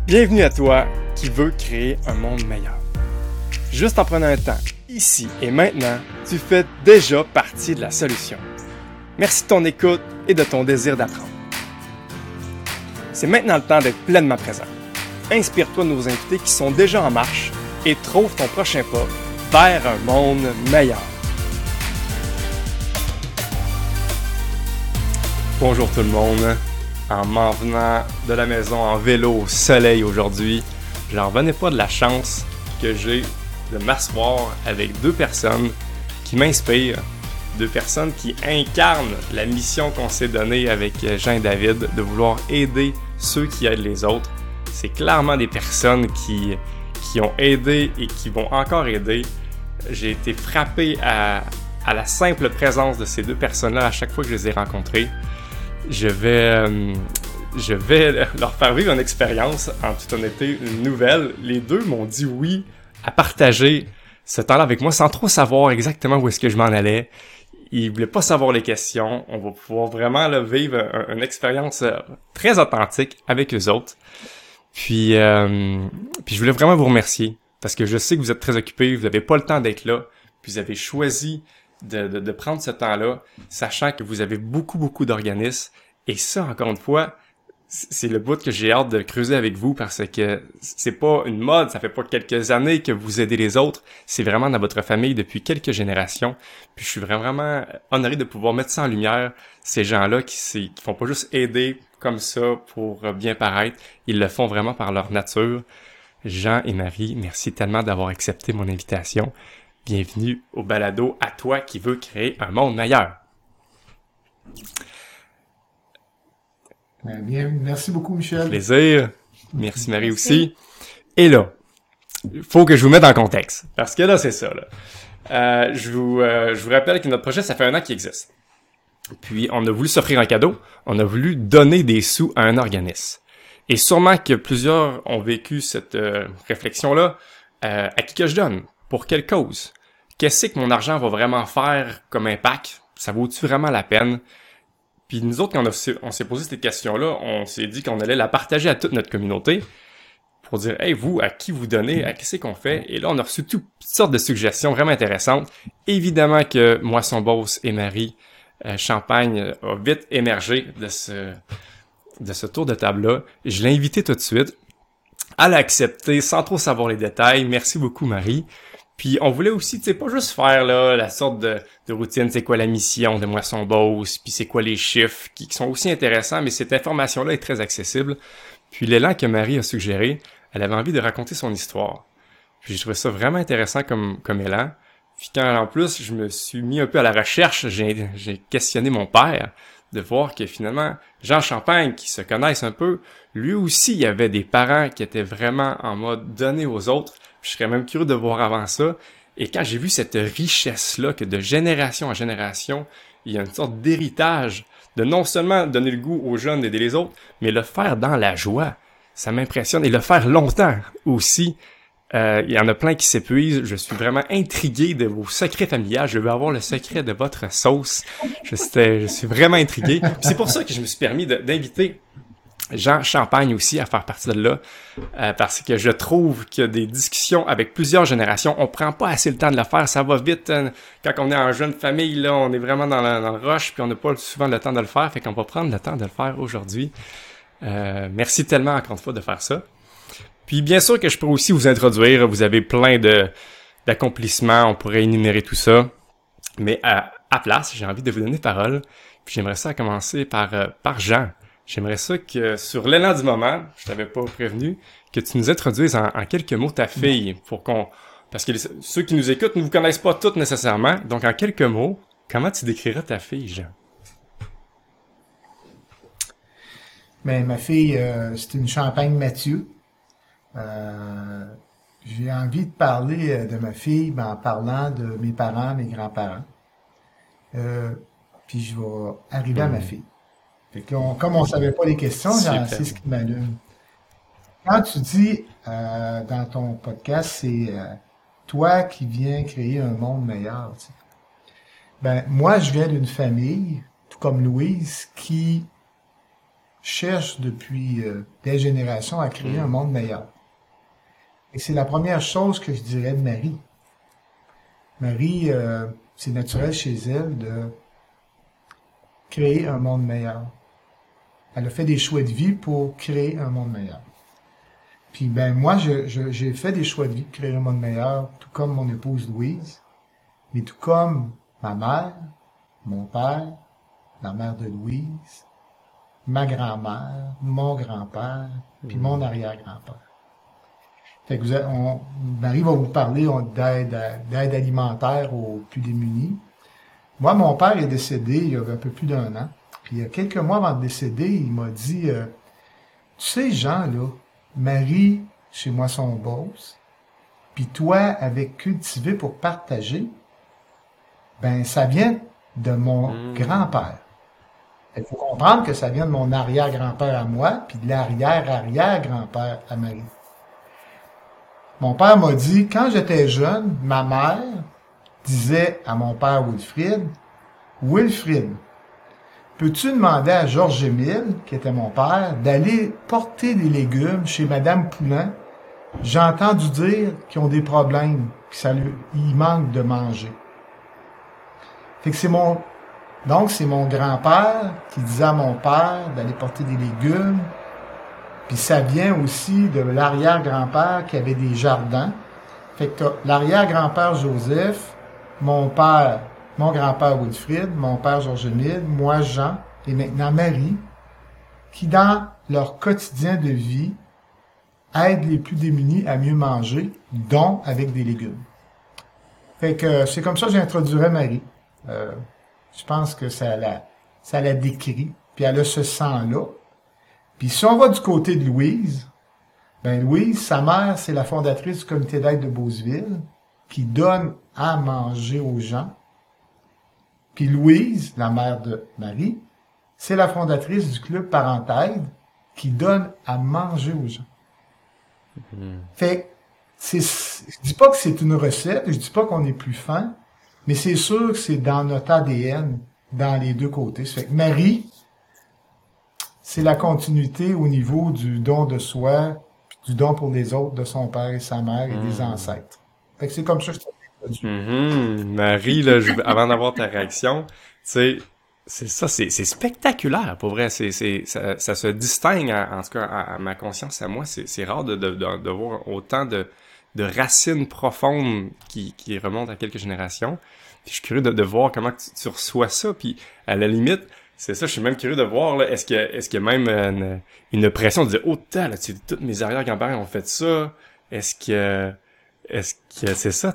Bienvenue à toi qui veux créer un monde meilleur. Juste en prenant un temps, ici et maintenant, tu fais déjà partie de la solution. Merci de ton écoute et de ton désir d'apprendre. C'est maintenant le temps d'être pleinement présent. Inspire-toi de nos invités qui sont déjà en marche et trouve ton prochain pas vers un monde meilleur. Bonjour tout le monde. En m'en venant de la maison en vélo au soleil aujourd'hui, j'en revenais pas de la chance que j'ai de m'asseoir avec deux personnes qui m'inspirent, deux personnes qui incarnent la mission qu'on s'est donnée avec Jean et David, de vouloir aider ceux qui aident les autres. C'est clairement des personnes qui ont aidé et qui vont encore aider. J'ai été frappé à la simple présence de ces deux personnes-là à chaque fois que je les ai rencontrées. Je vais leur faire vivre une expérience, en toute honnêteté, une nouvelle. Les deux m'ont dit oui à partager ce temps-là avec moi sans trop savoir exactement où est-ce que je m'en allais. Ils voulaient pas savoir les questions. On va pouvoir vraiment là, vivre une expérience très authentique avec eux autres. Puis je voulais vraiment vous remercier parce que je sais que vous êtes très occupés, vous n'avez pas le temps d'être là, puis vous avez choisi de prendre ce temps-là, sachant que vous avez beaucoup d'organismes. Et ça, encore une fois, c'est le bout que j'ai hâte de creuser avec vous parce que c'est pas une mode, ça fait pas quelques années que vous aidez les autres, c'est vraiment dans votre famille depuis quelques générations. Puis je suis vraiment honoré de pouvoir mettre ça en lumière, ces gens-là qui font pas juste aider comme ça pour bien paraître, ils le font vraiment par leur nature. Jean et Marie, merci tellement d'avoir accepté mon invitation. Bienvenue au balado à toi qui veux créer un monde meilleur. Bien, merci beaucoup, Michel. Plaisir. Merci Marie aussi. Et là, il faut que je vous mette en contexte. Parce que là, c'est ça. Là. Je vous rappelle que notre projet, ça fait 1 an qu'il existe. Puis, on a voulu s'offrir un cadeau. On a voulu donner des sous à un organisme. Et sûrement que plusieurs ont vécu cette réflexion-là. À qui que je donne? Pour quelle cause? Qu'est-ce que mon argent va vraiment faire comme impact? Ça vaut-tu vraiment la peine? Puis nous autres, quand on s'est posé cette question-là, on s'est dit qu'on allait la partager à toute notre communauté pour dire « Hey, vous, à qui vous donnez? À qu'est-ce qu'on fait? » Et là, on a reçu toutes sortes de suggestions vraiment intéressantes. Évidemment que Moisson Beauce et Marie Champagne a vite émergé de ce tour de table-là. Je l'ai invité tout de suite. Elle a accepté sans trop savoir les détails. Merci beaucoup, Marie. Puis on voulait aussi, tu sais, pas juste faire là la sorte de routine, c'est quoi la mission de Moisson Beauce, puis c'est quoi les chiffres, qui sont aussi intéressants, mais cette information-là est très accessible. Puis l'élan que Marie a suggéré, elle avait envie de raconter son histoire. Puis j'ai trouvé ça vraiment intéressant comme élan. Puis quand en plus je me suis mis un peu à la recherche, j'ai questionné mon père, de voir que finalement, Jean Champagne, qui se connaissent un peu, lui aussi, il y avait des parents qui étaient vraiment en mode donner aux autres. Je serais même curieux de voir avant ça. Et quand j'ai vu cette richesse-là, que de génération en génération, il y a une sorte d'héritage de non seulement donner le goût aux jeunes d'aider les autres, mais le faire dans la joie, ça m'impressionne. Et le faire longtemps aussi. Il y en a plein qui s'épuisent. Je suis vraiment intrigué de vos secrets familiales. Je veux avoir le secret de votre sauce. Je suis vraiment intrigué. Puis c'est pour ça que je me suis permis d'inviter Jean Champagne aussi à faire partie de là, parce que je trouve qu'il y a des discussions avec plusieurs générations. On prend pas assez le temps de le faire, ça va vite. Quand on est en jeune famille, là, on est vraiment dans le rush, puis on n'a pas souvent le temps de le faire, fait qu'on va prendre le temps de le faire aujourd'hui. Merci tellement encore une fois de faire ça. Puis bien sûr que je pourrais aussi vous introduire, vous avez plein d'accomplissements, on pourrait énumérer tout ça, mais à place, j'ai envie de vous donner parole, puis j'aimerais ça commencer par Jean. J'aimerais ça que, sur l'élan du moment, je t'avais pas prévenu, que tu nous introduises en quelques mots ta fille, parce que ceux qui nous écoutent ne vous connaissent pas toutes nécessairement, donc en quelques mots, comment tu décriras ta fille, Jean? Ben, ma fille, c'est une Champagne Mathieu. J'ai envie de parler de ma fille en parlant de mes parents, mes grands-parents. Puis je vais arriver à ma fille. Fait que là, comme on savait pas les questions, c'est ce qui m'allume. Quand tu dis dans ton podcast, c'est toi qui viens créer un monde meilleur. Tu sais. Ben moi, je viens d'une famille, tout comme Louise, qui cherche depuis des générations à créer un monde meilleur. Et c'est la première chose que je dirais de Marie. Marie, c'est naturel chez elle de créer un monde meilleur. Elle a fait des choix de vie pour créer un monde meilleur. Puis ben moi, j'ai fait des choix de vie pour créer un monde meilleur, tout comme mon épouse Louise, mais tout comme ma mère, mon père, la mère de Louise, ma grand-mère, mon grand-père, puis mon arrière-grand-père. Fait que Marie va vous parler d'aide alimentaire aux plus démunis. Moi, mon père est décédé il y a un peu plus d'1 an. Puis il y a quelques mois avant de décéder, il m'a dit, tu sais, Jean, là, Marie, chez moi, son boss, puis toi, avec cultivé pour partager, ben ça vient de mon grand-père. Il faut comprendre que ça vient de mon arrière-grand-père à moi, puis de l'arrière-arrière-grand-père à Marie. Mon père m'a dit, quand j'étais jeune, ma mère disait à mon père Wilfrid, « Wilfrid, peux-tu demander à Georges-Émile, qui était mon père, d'aller porter des légumes chez Madame Poulain? J'ai entendu dire qu'ils ont des problèmes, qu'il manque de manger. » Fait que c'est mon grand-père qui disait à mon père d'aller porter des légumes. Puis ça vient aussi de l'arrière-grand-père qui avait des jardins. Fait que t'as l'arrière-grand-père Joseph, mon grand-père Wilfrid, mon père Georges-Émile, moi Jean, et maintenant Marie, qui dans leur quotidien de vie aident les plus démunis à mieux manger, dont avec des légumes. Fait que c'est comme ça que j'introduirais Marie. Je pense que ça la décrit, puis elle a ce sang-là. Puis si on va du côté de Louise, ben Louise, sa mère, c'est la fondatrice du comité d'aide de Beauceville, qui donne à manger aux gens. Puis Louise, la mère de Marie, c'est la fondatrice du club Parentaide, qui donne à manger aux gens. Fait que je dis pas que c'est une recette, je dis pas qu'on est plus fin, mais c'est sûr que c'est dans notre ADN, dans les deux côtés. Ça fait que Marie, c'est la continuité au niveau du don de soi, du don pour les autres de son père et sa mère et des ancêtres. Fait que c'est comme ça que je t'ai Marie, là, avant d'avoir ta réaction, tu sais, c'est spectaculaire, pour vrai. Ça se distingue, en tout cas, à ma conscience, à moi. C'est rare de voir autant de racines profondes qui remontent à quelques générations. Puis je suis curieux de voir comment tu reçois ça. Puis à la limite, c'est ça, je suis même curieux de voir, là, est-ce qu'il y a même une pression de dire, oh, là, tous mes arrière-grands-parents ont fait ça. Est-ce que c'est ça,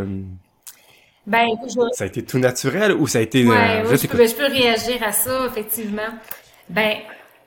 Ben, ça a été tout naturel ou ça a été, ouais, je peux réagir à ça, effectivement. Ben,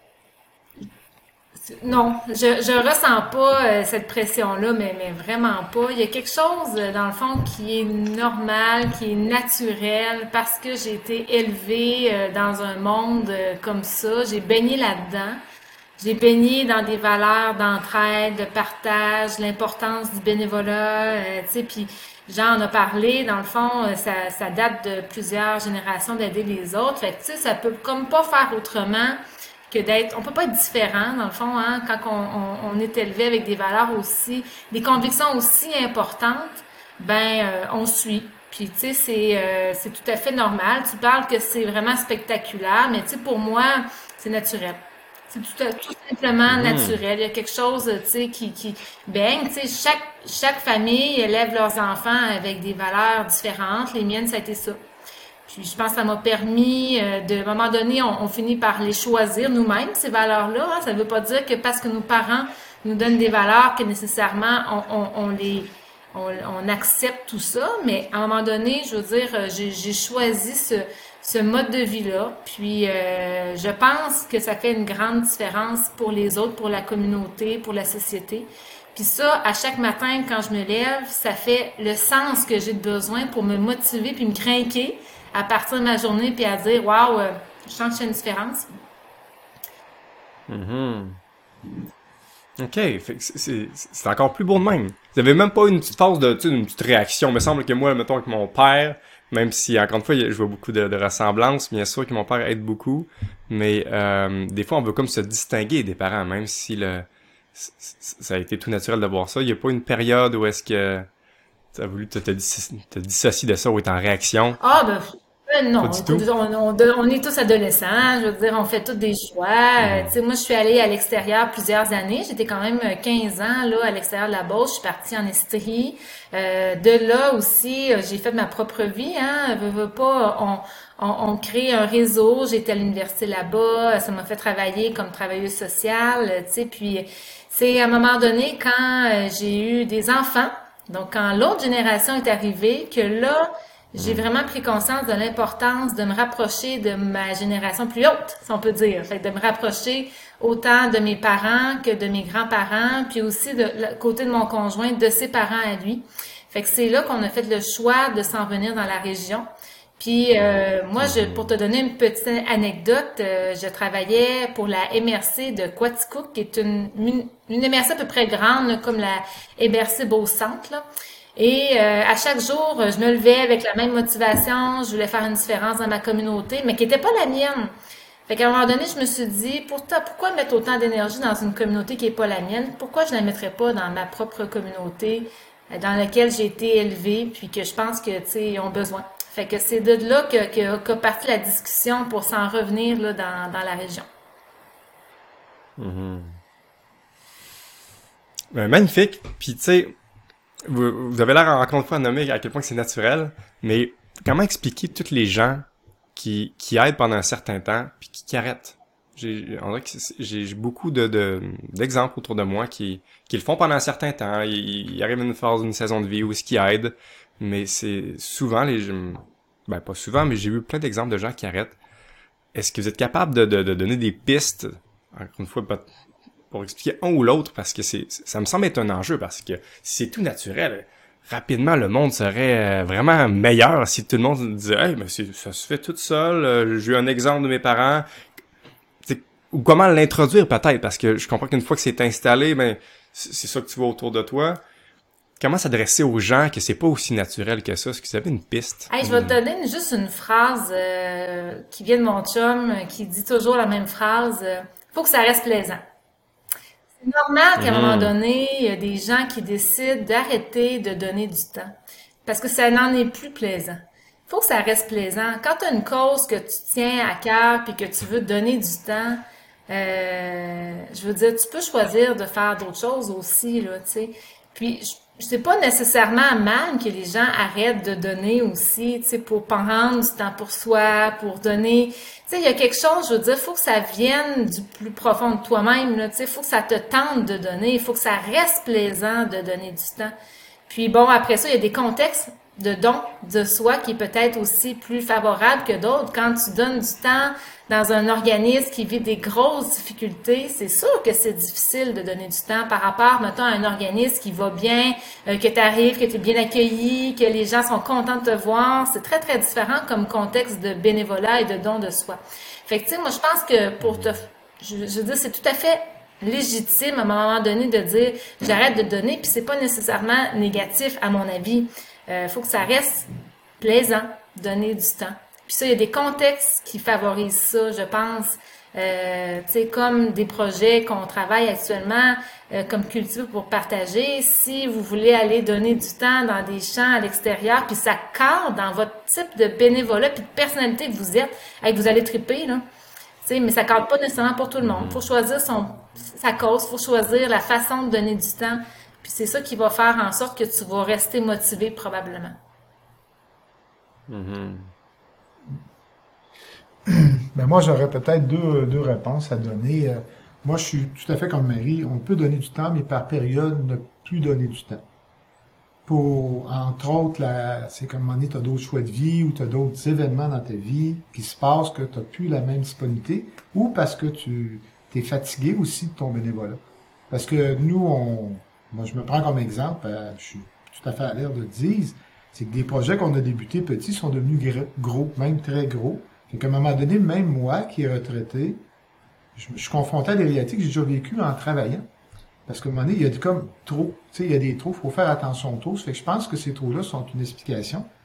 non, je ressens pas cette pression-là, mais vraiment pas. Il y a quelque chose, dans le fond, qui est normal, qui est naturel, parce que j'ai été élevée dans un monde comme ça. J'ai baigné là-dedans. J'ai baigné dans des valeurs d'entraide, de partage, l'importance du bénévolat, tu sais, puis Jean en a parlé, dans le fond, ça date de plusieurs générations d'aider les autres. Fait que, tu sais, ça peut comme pas faire autrement que on peut pas être différent, dans le fond, hein, quand on est élevé avec des valeurs aussi, des convictions aussi importantes, on suit. Puis, tu sais, c'est tout à fait normal. Tu parles que c'est vraiment spectaculaire, mais tu sais, pour moi, c'est naturel. C'est tout simplement naturel. Il y a quelque chose, tu sais, qui baigne. Tu sais, chaque famille élève leurs enfants avec des valeurs différentes. Les miennes, ça a été ça. Puis je pense que ça m'a permis à un moment donné, on finit par les choisir nous-mêmes, ces valeurs-là. Hein. Ça ne veut pas dire que parce que nos parents nous donnent des valeurs que nécessairement on accepte tout ça. Mais à un moment donné, je veux dire, j'ai choisi ce mode de vie-là. Puis je pense que ça fait une grande différence pour les autres, pour la communauté, pour la société. Puis ça, à chaque matin, quand je me lève, ça fait le sens que j'ai besoin pour me motiver puis me craquer à partir de ma journée puis à dire « Wow, je sens que c'est une différence. » OK, fait que c'est encore plus beau de même. Vous avez même pas une petite phase une petite réaction. Il me semble que moi, mettons, avec mon père, Même si, encore une fois, je vois beaucoup de ressemblances. Bien sûr que mon père aide beaucoup, mais des fois, on veut comme se distinguer des parents, même si ça a été tout naturel de voir ça. Il n'y a pas une période où est-ce que tu as voulu te dissocier de ça ou être en réaction? Ah, Pas non, du écoute, tout? on est tous adolescents, hein, je veux dire, on fait tous des choix. Tu sais, moi, je suis allée à l'extérieur plusieurs années. J'étais quand même 15 ans là à l'extérieur de la Beauce. Je suis partie en Estrie. De là aussi, j'ai fait ma propre vie. Hein, veux pas, on crée un réseau. J'étais à l'université là-bas. Ça m'a fait travailler comme travailleuse sociale. Tu sais, puis c'est à un moment donné quand j'ai eu des enfants. Donc, quand l'autre génération est arrivée, que là, j'ai vraiment pris conscience de l'importance de me rapprocher de ma génération plus haute, si on peut dire. Fait que de me rapprocher autant de mes parents que de mes grands-parents, puis aussi de côté de mon conjoint, de ses parents à lui. Fait que c'est là qu'on a fait le choix de s'en venir dans la région. Puis moi, pour te donner une petite anecdote, je travaillais pour la MRC de Quaticook, qui est une MRC à peu près grande, là, comme la MRC Beau-Centre, là. Et à chaque jour, je me levais avec la même motivation, je voulais faire une différence dans ma communauté, mais qui n'était pas la mienne. Fait qu'à un moment donné, je me suis dit, pourquoi mettre autant d'énergie dans une communauté qui n'est pas la mienne? Pourquoi je ne la mettrais pas dans ma propre communauté dans laquelle j'ai été élevée, puis que je pense que, tu sais, ils ont besoin. Fait que c'est de là qu'a parti la discussion pour s'en revenir là, dans la région. Magnifique. Puis tu sais, vous avez l'air encore une fois de nommer à quel point que c'est naturel, mais comment expliquer toutes les gens qui aident pendant un certain temps puis qui arrêtent? On dirait que j'ai beaucoup d'exemples autour de moi qui le font pendant un certain temps. Ils arrivent à une phase d'une saison de vie où ils aident, mais c'est souvent pas souvent, mais j'ai eu plein d'exemples de gens qui arrêtent. Est-ce que vous êtes capable de donner des pistes, encore une fois, pour expliquer un ou l'autre, parce que ça me semble être un enjeu, parce que si c'est tout naturel, rapidement le monde serait vraiment meilleur si tout le monde disait « Hey, mais ça se fait tout seul, j'ai eu un exemple de mes parents », ou comment l'introduire peut-être, parce que je comprends qu'une fois que c'est installé, ben c'est ça que tu vois autour de toi. Comment s'adresser aux gens que c'est pas aussi naturel que ça? Est-ce que vous avez une piste? Hey, je vais te donner juste une phrase qui vient de mon chum, qui dit toujours la même phrase. Faut que ça reste plaisant. C'est normal qu'à un moment donné, il y a des gens qui décident d'arrêter de donner du temps. Parce que ça n'en est plus plaisant. Faut que ça reste plaisant. Quand tu as une cause que tu tiens à cœur puis que tu veux donner du temps, je veux dire, tu peux choisir de faire d'autres choses aussi, là, tu sais. Puis, c'est pas nécessairement mal que les gens arrêtent de donner aussi, tu sais, pour prendre du temps pour soi, pour donner. Tu sais, il y a quelque chose, je veux dire, faut que ça vienne du plus profond de toi-même, là, tu sais, faut que ça te tente de donner, il faut que ça reste plaisant de donner du temps. Puis bon, après ça, il y a des contextes de don de soi qui est peut-être aussi plus favorable que d'autres. Quand tu donnes du temps dans un organisme qui vit des grosses difficultés, c'est sûr que c'est difficile de donner du temps par rapport, mettons, à un organisme qui va bien, que tu arrives, que tu es bien accueilli, que les gens sont contents de te voir. C'est très, très différent comme contexte de bénévolat et de don de soi. Fait que, tu sais, moi, je pense que je veux dire, c'est tout à fait légitime à un moment donné de dire j'arrête de donner, puis c'est pas nécessairement négatif à mon avis. Faut que ça reste plaisant, donner du temps. Puis ça, il y a des contextes qui favorisent ça, je pense. Tu sais, comme des projets qu'on travaille actuellement, comme Cultiver pour partager. Si vous voulez aller donner du temps dans des champs à l'extérieur, puis ça cadre dans votre type de bénévolat puis de personnalité que vous êtes, que vous allez triper, là. Tu sais, mais ça cadre pas nécessairement pour tout le monde. Faut choisir sa cause, faut choisir la façon de donner du temps. Puis c'est ça qui va faire en sorte que tu vas rester motivé probablement. Ben moi, j'aurais peut-être deux réponses à donner. Moi, je suis tout à fait comme Marie. On peut donner du temps, mais par période, ne plus donner du temps. Pour, entre autres, c'est comme à un moment donné, tu as d'autres choix de vie ou tu as d'autres événements dans ta vie qui se passent que tu n'as plus la même disponibilité ou parce que tu es fatigué aussi de ton bénévolat. Parce que nous, moi, je me prends comme exemple, je suis tout à fait à l'air de le dire, c'est que des projets qu'on a débutés petits sont devenus gros, même très gros. Fait qu'à un moment donné, même moi, qui est retraité, je suis confronté à des réalités que j'ai déjà vécues en travaillant. Parce qu'à un moment donné, il y a comme trop. Tu sais, il y a des trous, il faut faire attention aux trous. Fait que je pense que ces trous-là sont une explication.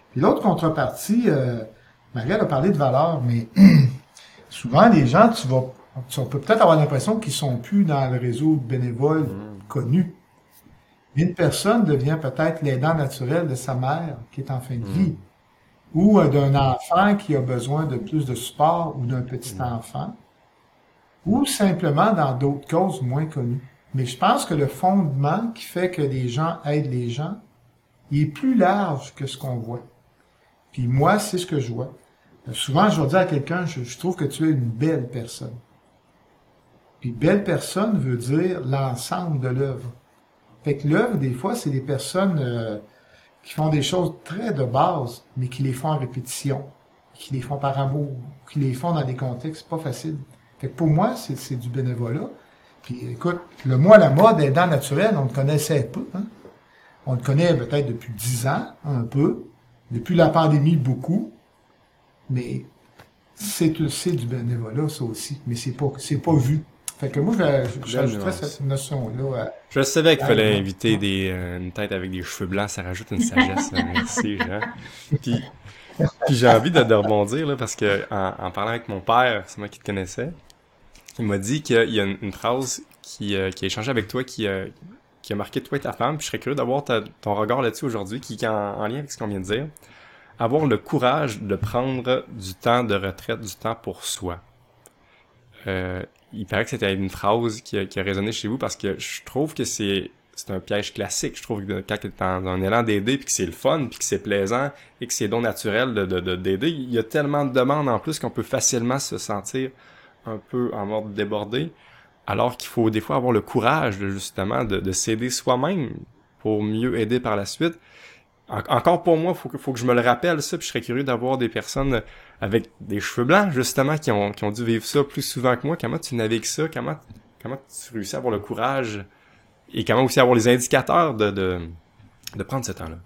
Puis l'autre contrepartie, Marielle a parlé de valeur, mais souvent les gens, on peut peut-être avoir l'impression qu'ils sont plus dans le réseau de bénévoles connu. Une personne devient peut-être l'aidant naturel de sa mère qui est en fin de vie, ou d'un enfant qui a besoin de plus de support, ou d'un petit enfant, ou simplement dans d'autres causes moins connues. Mais je pense que le fondement qui fait que les gens aident les gens, il est plus large que ce qu'on voit. Puis moi, c'est ce que je vois. Souvent, je vais dire à quelqu'un, je trouve que tu es une belle personne. Puis belle personne veut dire l'ensemble de l'œuvre. Fait que l'œuvre, des fois, c'est des personnes qui font des choses très de base, mais qui les font en répétition, qui les font par amour, qui les font dans des contextes pas faciles. Fait que pour moi, c'est du bénévolat. Puis écoute, le mot à la mode, aidant naturel, on le connaissait peu. Hein? On le connaît peut-être depuis 10 ans, un peu. Depuis la pandémie, beaucoup. Mais c'est du bénévolat, ça aussi. Mais c'est pas vu. Fait que moi, j'ajouterais cette notion-là. Je savais qu'il fallait inviter une tête avec des cheveux blancs, ça rajoute une sagesse. Merci, Jean. Puis j'ai envie de rebondir, là, parce que en parlant avec mon père, c'est moi qui te connaissais, il m'a dit qu'il y a une phrase qui a échangé avec toi qui a marqué toi et ta femme, puis je serais curieux d'avoir ton regard là-dessus aujourd'hui, qui est en lien avec ce qu'on vient de dire. Avoir le courage de prendre du temps de retraite, du temps pour soi. Il paraît que c'était une phrase qui a résonné chez vous parce que je trouve que c'est un piège classique. Je trouve que quand tu es dans un élan d'aider, puis que c'est le fun, puis que c'est plaisant, et que c'est donc naturel d'aider, il y a tellement de demandes en plus qu'on peut facilement se sentir un peu en mode débordé, alors qu'il faut des fois avoir le courage justement de s'aider soi-même pour mieux aider par la suite. Encore pour moi, faut que je me le rappelle ça, puis je serais curieux d'avoir des personnes avec des cheveux blancs, justement, qui ont dû vivre ça plus souvent que moi. Comment tu navigues ça? Comment tu réussis à avoir le courage et comment aussi avoir les indicateurs de prendre ce temps-là?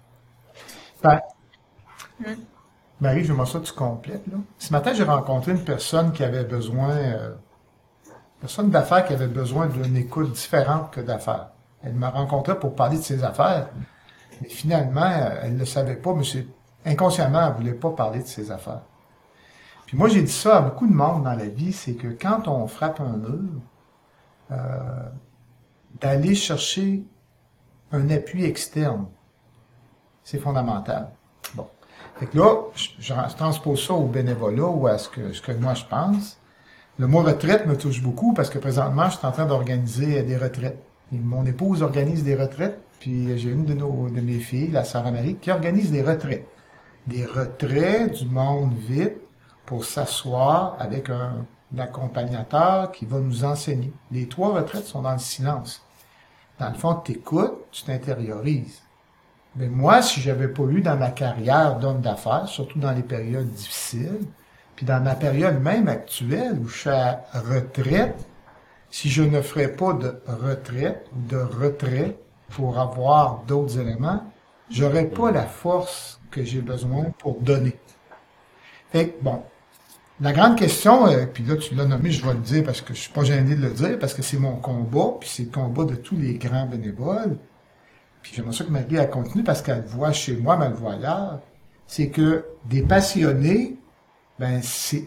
Ben, Marie, j'aimerais ça que tu complètes, là. Ce matin, j'ai rencontré une personne qui avait besoin, personne d'affaires qui avait besoin d'une écoute différente que d'affaires. Elle m'a rencontré pour parler de ses affaires. Mais finalement, elle ne le savait pas, mais inconsciemment, elle ne voulait pas parler de ses affaires. Puis moi, j'ai dit ça à beaucoup de monde dans la vie, c'est que quand on frappe un mur, d'aller chercher un appui externe, c'est fondamental. Bon. Fait que là, je transpose ça au bénévolat ou à ce que moi je pense. Le mot retraite me touche beaucoup parce que présentement, je suis en train d'organiser des retraites. Et mon épouse organise des retraites. Puis j'ai une de mes filles, la sœur Marie, qui organise des retraites. Des retraits du monde vite pour s'asseoir avec un accompagnateur qui va nous enseigner. Les 3 retraites sont dans le silence. Dans le fond, tu écoutes, tu t'intériorises. Mais moi, si j'avais pas eu dans ma carrière d'homme d'affaires, surtout dans les périodes difficiles, puis dans ma période même actuelle où je suis à retraite, si je ne ferais pas de retraite ou de retrait, pour avoir d'autres éléments, j'aurais pas la force que j'ai besoin pour donner. Fait que, bon, la grande question, puis là, tu l'as nommé, je vais le dire parce que je suis pas gêné de le dire, parce que c'est mon combat, puis c'est le combat de tous les grands bénévoles. Puis j'aimerais ça que Marie, elle continue parce qu'elle le voit chez moi, mais elle le voit ailleurs. C'est que des passionnés, ben, c'est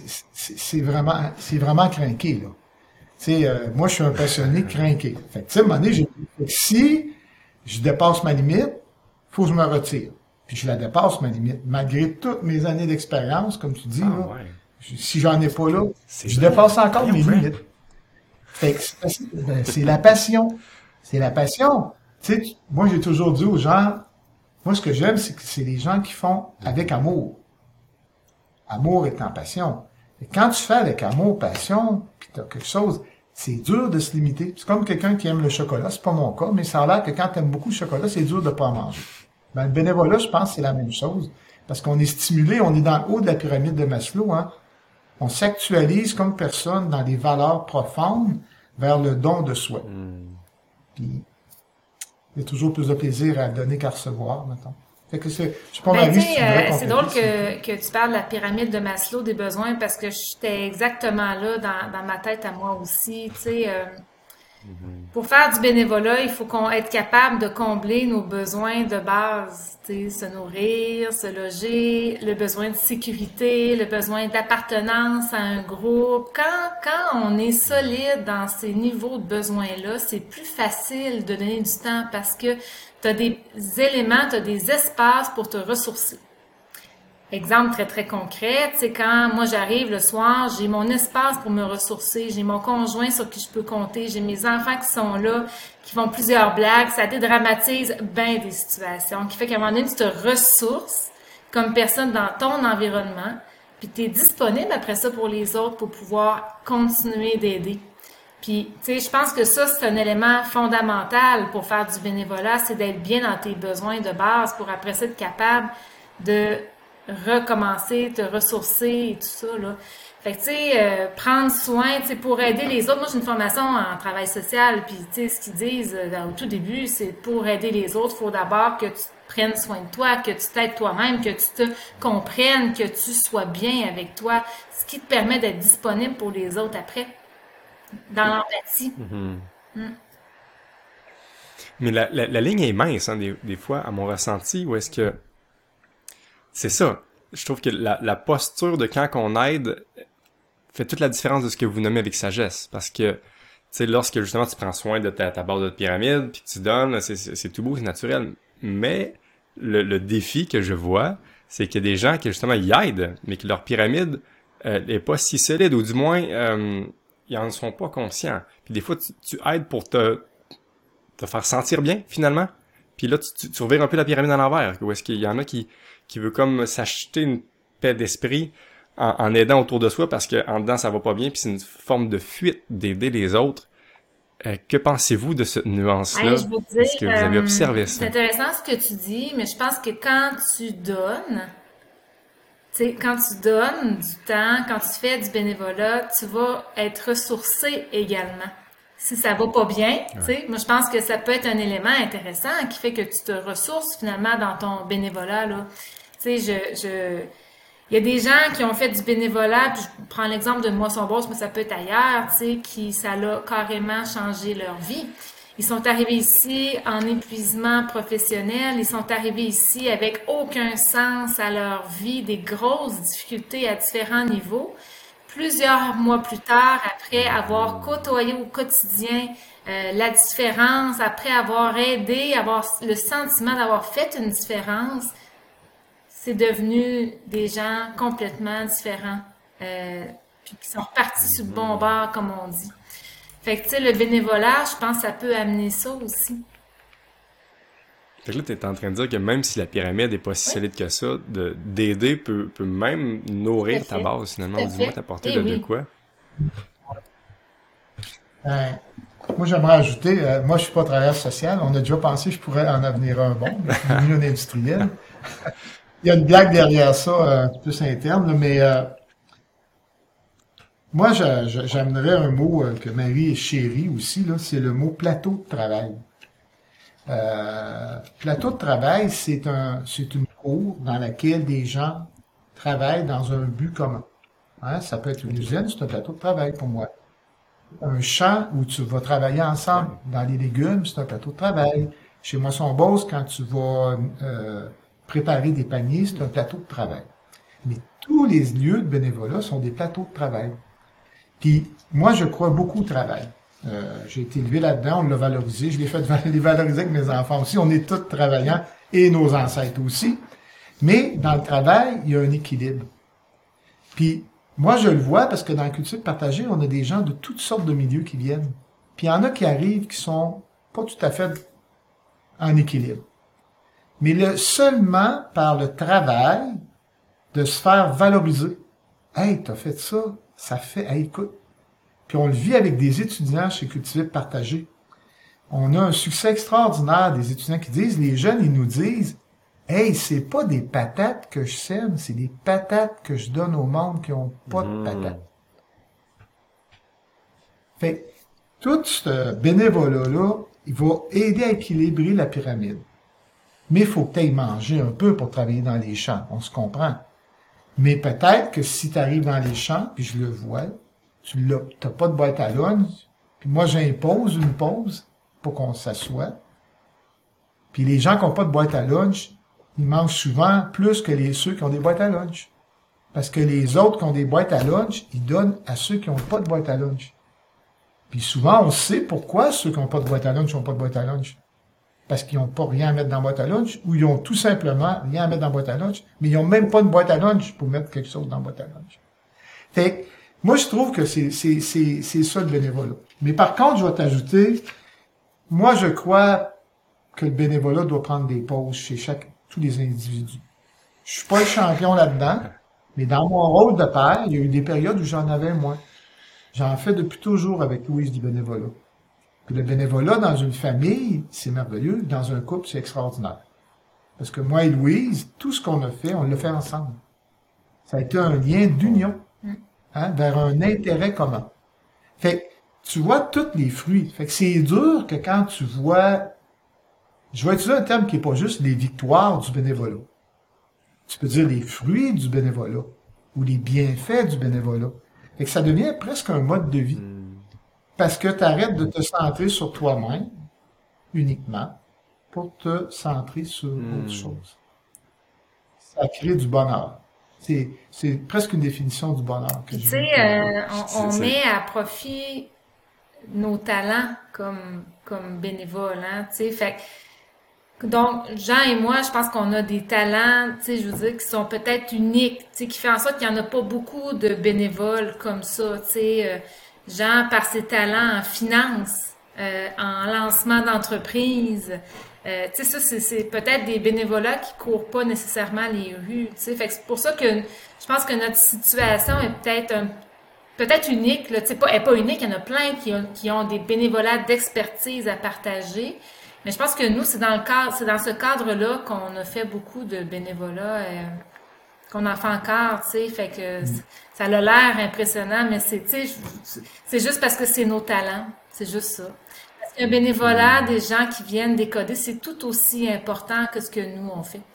vraiment crinqué, là. Moi, je suis un passionné crinqué. Fait que, tu sais, à un moment donné, si je dépasse ma limite, faut que je me retire. Puis je la dépasse, ma limite. Malgré toutes mes années d'expérience, comme tu dis, là, si j'en ai pas là, je dépasse encore mes limites. Fait que c'est la passion. C'est la passion. Tu sais, moi, j'ai toujours dit aux gens, moi, ce que j'aime, c'est que c'est les gens qui font avec amour. Amour étant passion. Et quand tu fais avec amour, passion, puis t'as quelque chose, c'est dur de se limiter. C'est comme quelqu'un qui aime le chocolat, c'est pas mon cas, mais ça a l'air que quand t'aimes beaucoup le chocolat, c'est dur de pas en manger. Ben, le bénévolat, je pense que c'est la même chose. Parce qu'on est stimulé, on est dans le haut de la pyramide de Maslow, hein. On s'actualise comme personne dans des valeurs profondes vers le don de soi. Puis, il y a toujours plus de plaisir à donner qu'à recevoir, mettons. Fait que je suis pas mal c'est drôle que tu parles de la pyramide de Maslow des besoins parce que j'étais exactement là dans ma tête à moi aussi. Tu sais, Pour faire du bénévolat, il faut qu'on être capable de combler nos besoins de base, tu sais, se nourrir, se loger, le besoin de sécurité, le besoin d'appartenance à un groupe. Quand on est solide dans ces niveaux de besoins-là, c'est plus facile de donner du temps parce que tu as des éléments, tu as des espaces pour te ressourcer. Exemple très, très concret, tu sais, quand moi j'arrive le soir, j'ai mon espace pour me ressourcer, j'ai mon conjoint sur qui je peux compter, j'ai mes enfants qui sont là, qui font plusieurs blagues, ça dédramatise bien des situations, qui fait qu'à un moment donné, tu te ressources comme personne dans ton environnement, puis tu es disponible après ça pour les autres pour pouvoir continuer d'aider. Puis, tu sais, je pense que ça, c'est un élément fondamental pour faire du bénévolat, c'est d'être bien dans tes besoins de base pour après ça être capable de recommencer, te ressourcer et tout ça, là. Fait que, tu sais, prendre soin, tu sais, pour aider les autres. Moi, j'ai une formation en travail social, puis, tu sais, ce qu'ils disent au tout début, c'est pour aider les autres, il faut d'abord que tu prennes soin de toi, que tu t'aides toi-même, que tu te comprennes, que tu sois bien avec toi, ce qui te permet d'être disponible pour les autres après, dans l'empathie. Mais la ligne est mince, hein, des fois, à mon ressenti, où est-ce que c'est ça. Je trouve que la posture de quand on aide fait toute la différence de ce que vous nommez avec sagesse. Parce que, tu sais, lorsque justement tu prends soin de ta barre de pyramide, puis tu donnes, c'est tout beau, c'est naturel. Mais le défi que je vois, c'est qu'il y a des gens qui justement y aident, mais que leur pyramide est pas si solide, ou du moins, ils en sont pas conscients. Puis des fois, tu aides pour te faire sentir bien, finalement. Puis là, tu revires un peu la pyramide à l'envers. Où est-ce qu'il y en a qui veut comme s'acheter une paix d'esprit en aidant autour de soi parce que en dedans ça va pas bien, puis c'est une forme de fuite d'aider les autres. Que pensez-vous de cette nuance-là? Je vous dis, Est-ce que vous avez observé ça? c'est intéressant ce que tu dis, mais je pense que quand tu donnes, tu sais, quand tu donnes du temps, quand tu fais du bénévolat, tu vas être ressourcé également. Si ça va pas bien, tu sais, moi je pense que ça peut être un élément intéressant qui fait que tu te ressources finalement dans ton bénévolat, là. Tu sais, il y a des gens qui ont fait du bénévolat, puis je prends l'exemple de Moisson Beauce, mais ça peut être ailleurs, tu sais, qui ça l'a carrément changé leur vie. Ils sont arrivés ici en épuisement professionnel, ils sont arrivés ici avec aucun sens à leur vie, des grosses difficultés à différents niveaux. Plusieurs mois plus tard, après avoir côtoyé au quotidien la différence, après avoir aidé, avoir le sentiment d'avoir fait une différence, c'est devenu des gens complètement différents, puis qui sont repartis sur le bon bord, comme on dit. Fait que, tu sais, le bénévolat, je pense que ça peut amener ça aussi. Fait que là, t'es en train de dire que même si la pyramide est pas si solide que ça, d'aider peut même nourrir ta base, finalement, ou du moins t'apporter de quoi? Moi, j'aimerais ajouter, moi, je suis pas travailleur social. On a déjà pensé que je pourrais en avenir un bon, mais je suis devenu un industriel. Il y a une blague derrière ça, un peu plus interne, là, mais moi, j'aimerais un mot que Marie chérit aussi, là, c'est le mot plateau de travail. Plateau de travail, c'est une cour dans laquelle des gens travaillent dans un but commun. Hein? Ça peut être une usine, c'est un plateau de travail pour moi. Un champ où tu vas travailler ensemble dans les légumes, c'est un plateau de travail. Chez Moisson Beauce, quand tu vas préparer des paniers, c'est un plateau de travail. Mais tous les lieux de bénévolat sont des plateaux de travail. Puis moi, je crois beaucoup au travail. J'ai été élevé là-dedans, on l'a valorisé, je l'ai fait les valoriser avec mes enfants aussi, on est tous travaillants et nos ancêtres aussi. Mais dans le travail, il y a un équilibre. Puis moi, je le vois parce que dans la culture partagée, on a des gens de toutes sortes de milieux qui viennent. Puis il y en a qui arrivent qui sont pas tout à fait en équilibre. Mais seulement par le travail de se faire valoriser. Hey, t'as fait ça, ça fait, hey, écoute. Puis on le vit avec des étudiants chez Cultiver Partager. On a un succès extraordinaire des étudiants qui disent, les jeunes, ils nous disent, hey, c'est pas des patates que je sème, c'est des patates que je donne au monde qui ont pas de patates. Fait tout ce bénévolat-là, il va aider à équilibrer la pyramide. Mais il faut que tu ailles manger un peu pour travailler dans les champs, on se comprend. Mais peut-être que si tu arrives dans les champs, puis je le vois, tu n'as pas de boîte à lunch, Puis moi, j'impose une pause pour qu'on s'assoie. Puis les gens qui n'ont pas de boîte à lunch, ils mangent souvent plus que ceux qui ont des boîtes à lunch. Parce que les autres qui ont des boîtes à lunch, ils donnent à ceux qui n'ont pas de boîte à lunch. Puis souvent, on sait pourquoi ceux qui n'ont pas de boîte à lunch n'ont pas de boîte à lunch. Parce qu'ils n'ont pas rien à mettre dans la boîte à lunch, ou ils ont tout simplement rien à mettre dans la boîte à lunch, mais ils n'ont même pas de boîte à lunch pour mettre quelque chose dans la boîte à lunch. Fait que, moi, je trouve que c'est ça le bénévolat. Mais par contre, je vais t'ajouter, moi, je crois que le bénévolat doit prendre des pauses chez tous les individus. Je suis pas le champion là-dedans, mais dans mon rôle de père, il y a eu des périodes où j'en avais moins. J'en fais depuis toujours avec Louise du bénévolat. Puis le bénévolat dans une famille, c'est merveilleux. Dans un couple, c'est extraordinaire. Parce que moi et Louise, tout ce qu'on a fait, on l'a fait ensemble. Ça a été un lien d'union, vers un intérêt commun. Fait que tu vois tous les fruits. Fait que c'est dur que quand tu vois, je vais utiliser un terme qui est pas juste les victoires du bénévolat. Tu peux dire les fruits du bénévolat ou les bienfaits du bénévolat. Fait que ça devient presque un mode de vie. Parce que tu arrêtes de te centrer sur toi-même uniquement pour te centrer sur autre chose. Ça crée du bonheur. C'est presque une définition du bonheur que tu sais, on met à profit nos talents comme bénévoles, hein, tu sais, fait donc, Jean et moi, je pense qu'on a des talents, tu sais, je veux dire, qui sont peut-être uniques, tu sais, qui fait en sorte qu'il n'y en a pas beaucoup de bénévoles comme ça, tu sais. Jean, par ses talents en finance, en lancement d'entreprise, tu sais, ça, c'est peut-être des bénévolats qui courent pas nécessairement les rues, tu sais. Fait que c'est pour ça que je pense que notre situation est peut-être unique, là, tu sais, elle est pas unique, il y en a plein qui ont des bénévolats d'expertise à partager. Mais je pense que nous, c'est dans ce cadre-là qu'on a fait beaucoup de bénévolat, qu'on en fait encore, tu sais, fait que ça a l'air impressionnant, mais c'est juste parce que c'est nos talents, c'est juste ça. Parce qu'un bénévolat, des gens qui viennent décoder, c'est tout aussi important que ce que nous, on fait.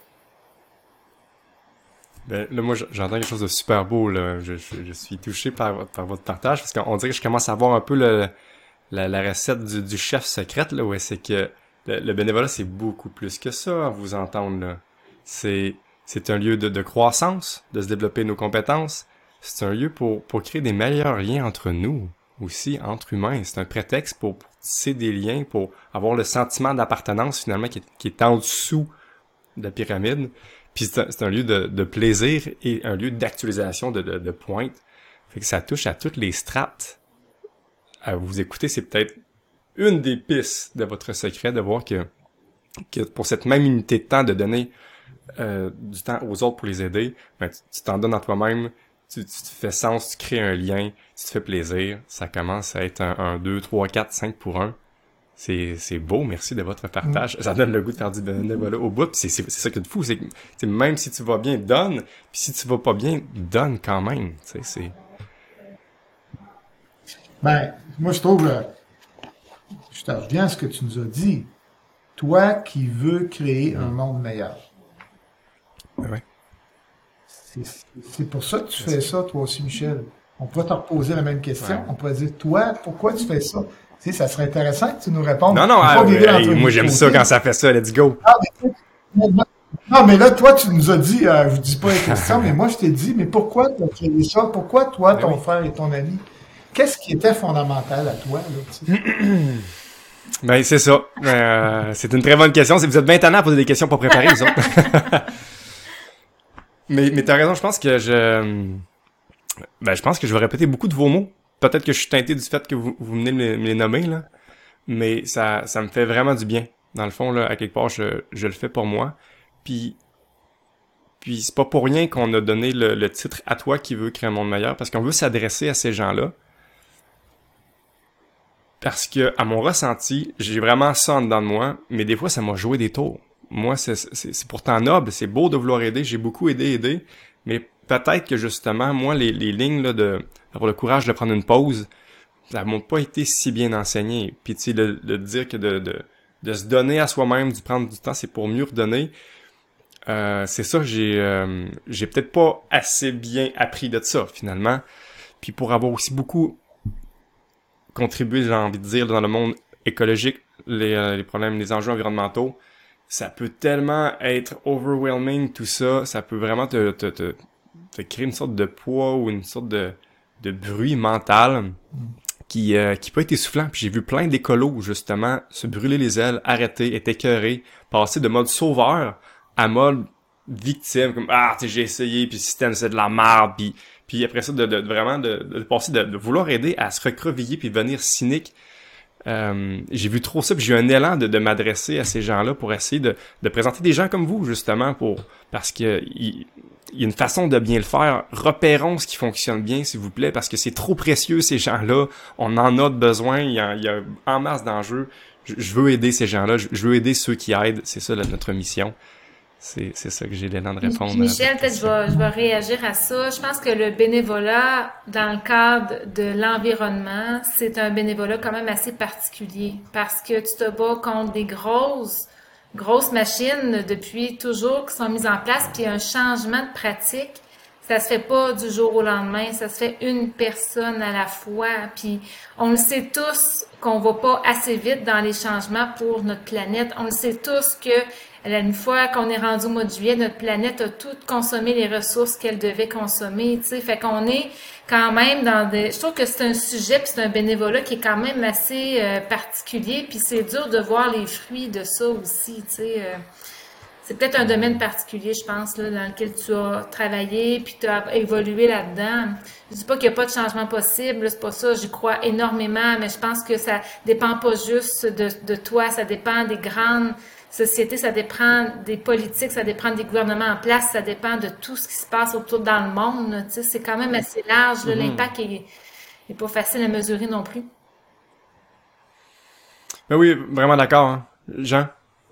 Ben, là, moi, j'entends quelque chose de super beau, là. Je suis touché par votre partage, parce qu'on dirait que je commence à voir un peu la recette du chef secrète, là, ouais, c'est que le bénévolat, c'est beaucoup plus que ça, à vous entendre, là. C'est un lieu de croissance, de se développer nos compétences. C'est un lieu pour créer des meilleurs liens entre nous, aussi, entre humains. C'est un prétexte pour tisser des liens, pour avoir le sentiment d'appartenance, finalement, qui est en dessous de la pyramide. Puis c'est un lieu de plaisir et un lieu d'actualisation de pointe. Fait que ça touche à toutes les strates. À vous écouter, c'est peut-être une des pistes de votre secret, de voir que pour cette même unité de temps, de donner du temps aux autres pour les aider, ben, tu t'en donnes à toi-même, tu te fais sens, tu crées un lien, tu te fais plaisir, ça commence à être un 2, 3, 4, 5 pour 1. C'est beau, merci de votre partage. Ça donne le goût de faire du bénévolat au bout, pis c'est ça qui est fou, c'est que même si tu vas bien, donne, puis si tu vas pas bien, donne quand même, tu sais, c'est... Ben, moi je trouve, je te reviens à ce que tu nous as dit. Toi qui veux créer un monde meilleur. Ouais. C'est pour ça que tu fais ça, toi aussi, Michel. On pourrait te reposer la même question. Ouais. On pourrait dire, toi, pourquoi tu fais ça? Tu sais, ça serait intéressant que tu nous répondes. Non, moi j'aime ça quand ça fait ça, let's go. Non, mais là, toi, tu nous as dit, je dis pas la question, mais moi je t'ai dit, mais pourquoi tu as créé ça? Pourquoi toi, ton frère et ton ami? Qu'est-ce qui était fondamental à toi, là, tu sais? Ben, c'est ça. C'est une très bonne question. Vous êtes bien tannants à poser des questions pas préparées, vous autres. mais t'as raison, je pense que je pense que je vais répéter beaucoup de vos mots. Peut-être que je suis teinté du fait que vous venez me les nommer, là. Mais ça me fait vraiment du bien. Dans le fond, là, à quelque part, je le fais pour moi. Puis c'est pas pour rien qu'on a donné le titre à toi qui veut créer un monde meilleur, parce qu'on veut s'adresser à ces gens-là. Parce que, à mon ressenti, j'ai vraiment ça en dedans de moi, mais des fois, ça m'a joué des tours. Moi, c'est pourtant noble, c'est beau de vouloir aider, j'ai beaucoup aidé, mais peut-être que justement, moi, les lignes là d'avoir le courage de prendre une pause, ça m'ont pas été si bien enseigné. Puis tu sais, de dire que de se donner à soi-même, de prendre du temps, c'est pour mieux redonner. C'est ça, j'ai peut-être pas assez bien appris de ça, finalement. Puis pour avoir aussi beaucoup contribuer, j'ai envie de dire, dans le monde écologique, les problèmes, les enjeux environnementaux, ça peut tellement être overwhelming, tout ça, ça peut vraiment te créer une sorte de poids ou une sorte de bruit mental qui peut être essoufflant. Puis j'ai vu plein d'écolos, justement, se brûler les ailes, arrêter, être écœurés, passer de mode sauveur à mode victime, comme tu sais, j'ai essayé, puis le système c'est de la merde, puis après ça de passer de vouloir aider à se recroqueviller puis devenir cynique. J'ai vu trop ça, puis j'ai eu un élan de m'adresser à ces gens-là pour essayer de présenter des gens comme vous, justement, parce que il y a une façon de bien le faire. Repérons ce qui fonctionne bien, s'il vous plaît, parce que c'est trop précieux, ces gens-là. On en a besoin, il y a en masse d'enjeux. Je veux aider ces gens-là, je veux aider ceux qui aident. C'est ça notre mission. C'est ça que j'ai l'élan de répondre. Michel, peut-être je vais réagir à ça. Je pense que le bénévolat, dans le cadre de l'environnement, c'est un bénévolat quand même assez particulier parce que tu te bats contre des grosses machines depuis toujours qui sont mises en place, puis un changement de pratique. Ça se fait pas du jour au lendemain, ça se fait une personne à la fois. Puis on le sait tous qu'on va pas assez vite dans les changements pour notre planète. On le sait tous que une fois qu'on est rendu au mois de juillet, notre planète a tout consommé les ressources qu'elle devait consommer, tu sais. Fait qu'on est quand même dans des... Je trouve que c'est un sujet puis c'est un bénévolat qui est quand même assez particulier, puis c'est dur de voir les fruits de ça aussi, tu sais. C'est peut-être un domaine particulier, je pense, là, dans lequel tu as travaillé puis tu as évolué là-dedans. Je dis pas qu'il n'y a pas de changement possible, là, c'est pas ça, j'y crois énormément, mais je pense que ça dépend pas juste de toi, ça dépend des grandes sociétés, ça dépend des politiques, ça dépend des gouvernements en place, ça dépend de tout ce qui se passe autour dans le monde. Tu sais, c'est quand même assez large, là, l'impact est pas facile à mesurer non plus. Ben oui, vraiment d'accord, hein. Jean?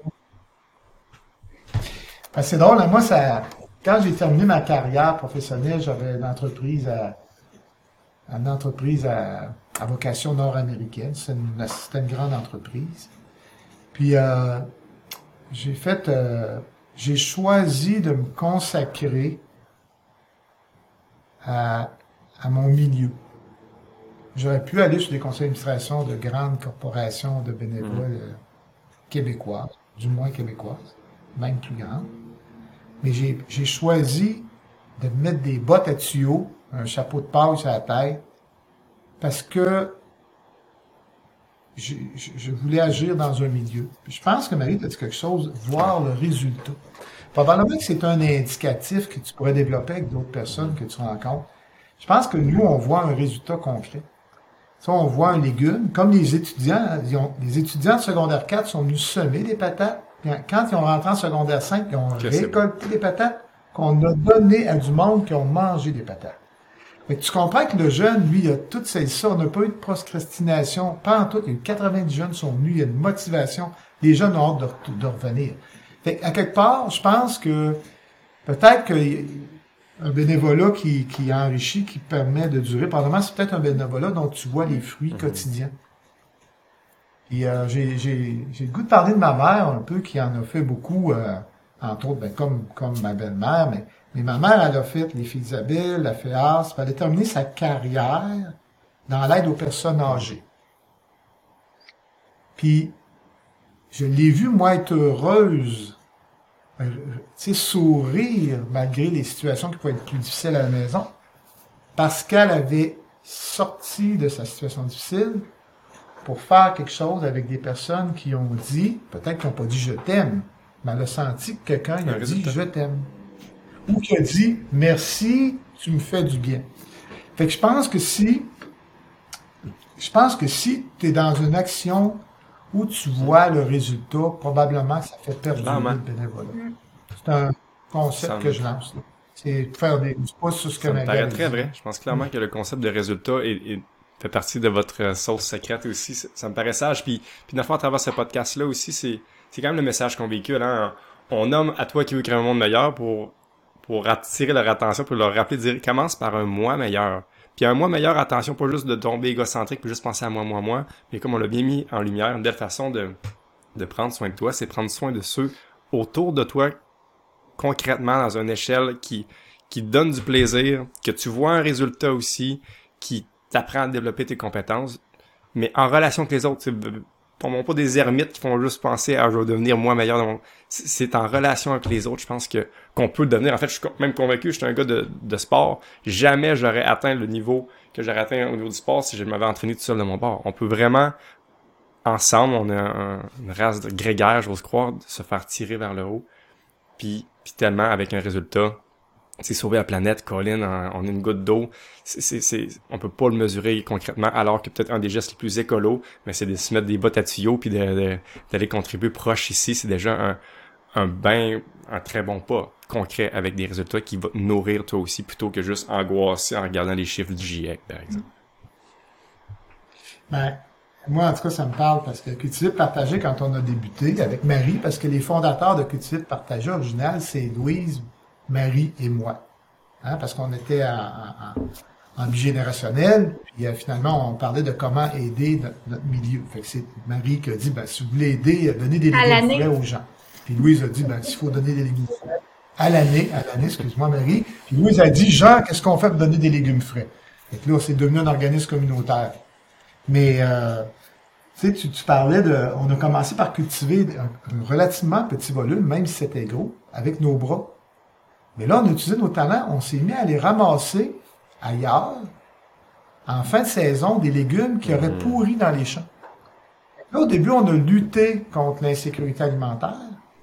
Ben, c'est drôle, hein, moi, quand j'ai terminé ma carrière professionnelle, j'avais une entreprise à vocation nord-américaine. C'était une grande entreprise. Puis, j'ai choisi de me consacrer à mon milieu. J'aurais pu aller sur des conseils d'administration de grandes corporations de bénévoles québécoises, du moins québécoises, même plus grandes. Mais j'ai choisi de mettre des bottes à tuyaux, un chapeau de paille sur la tête, parce que je voulais agir dans un milieu. Puis je pense que Marie, tu as dit quelque chose, voir le résultat. Probablement que c'est un indicatif que tu pourrais développer avec d'autres personnes que tu rencontres. Je pense que nous, on voit un résultat concret. Ça, on voit un légume, comme les étudiants. Les étudiants de secondaire 4 sont venus semer des patates. Quand ils ont rentré en secondaire 5, ils ont récolté des patates qu'on a données à du monde qui ont mangé des patates. Mais tu comprends que le jeune, lui, il a tout ça. On n'a pas eu de procrastination. Pas en tout. Il y a eu 90 jeunes qui sont venus. Il y a une motivation. Les jeunes ont hâte de revenir. Fait à quelque part, je pense que peut-être qu'un bénévolat qui enrichit, qui permet de durer, probablement, c'est peut-être un bénévolat dont tu vois les fruits quotidiens. Et j'ai le goût de parler de ma mère un peu, qui en a fait beaucoup, entre autres, comme ma belle-mère, mais ma mère, elle a fait les Filles d'Isabelle, elle a fait ASP, elle a terminé sa carrière dans l'aide aux personnes âgées. Puis, je l'ai vue, moi, être heureuse, tu sais, sourire malgré les situations qui pouvaient être plus difficiles à la maison, parce qu'elle avait sorti de sa situation difficile pour faire quelque chose avec des personnes qui ont dit, peut-être qu'ils n'ont pas dit « je t'aime », mais elle a senti que quelqu'un a dit « je t'aime ». Ou qui a dit « merci, tu me fais du bien ». Fait que je pense que si tu es dans une action où tu vois le résultat, probablement que ça fait perdurer le bénévolat. C'est un concept que je lance, là. C'est faire des pouces sur ce que ça me paraît très vrai. Je pense clairement que le concept de résultat fait partie de votre sauce secrète aussi. Ça me paraît sage. Puis dans le fond, à travers ce podcast-là aussi, c'est quand même le message qu'on véhicule. Hein? On nomme à toi qui veux créer un monde meilleur pour attirer leur attention, pour leur rappeler de dire commence par un moi meilleur. Puis un moi meilleur, attention, pas juste de tomber égocentrique, puis juste penser à moi, mais comme on l'a bien mis en lumière, une belle façon de prendre soin de toi, c'est prendre soin de ceux autour de toi, concrètement, dans une échelle qui te donne du plaisir, que tu vois un résultat aussi, qui t'apprend à développer tes compétences. mais en relation avec les autres. Tombons pas des ermites qui font juste penser à je vais devenir moi meilleur dans mon... C'est en relation avec les autres, je pense qu'on peut le devenir. En fait, je suis même convaincu, je suis un gars de sport. Jamais j'aurais atteint le niveau que j'aurais atteint au niveau du sport si je m'avais entraîné tout seul de mon bord. On peut vraiment, ensemble, on a une race de grégaires, j'ose croire, de se faire tirer vers le haut. Puis tellement avec un résultat. C'est sauver la planète, Colin, on a une goutte d'eau. On peut pas le mesurer concrètement, alors que peut-être un des gestes les plus écolos, mais c'est de se mettre des bottes à tuyaux puis d'aller contribuer proche ici. C'est déjà un très bon pas concret avec des résultats qui vont te nourrir toi aussi plutôt que juste angoisser en regardant les chiffres du GIEC, par exemple. Ben, moi, en tout cas, ça me parle parce que Cultiver Partager, quand on a débuté avec Marie, parce que les fondateurs de Cultiver Partager original, c'est Louise, Marie et moi. Hein, parce qu'on était en bigénérationnel, puis finalement, on parlait de comment aider notre milieu. Fait que c'est Marie qui a dit, si vous voulez aider, donnez des légumes frais aux gens. Puis Louise a dit, s'il faut donner des légumes frais à l'année, excuse-moi Marie. Puis Louise a dit, Jean, qu'est-ce qu'on fait pour donner des légumes frais? Fait que là, c'est devenu un organisme communautaire. Mais, tu parlais on a commencé par cultiver un relativement petit volume, même si c'était gros, avec nos bras. Mais là, on a utilisé nos talents, on s'est mis à aller ramasser ailleurs, en fin de saison, des légumes qui auraient pourri dans les champs. Là, au début, on a lutté contre l'insécurité alimentaire.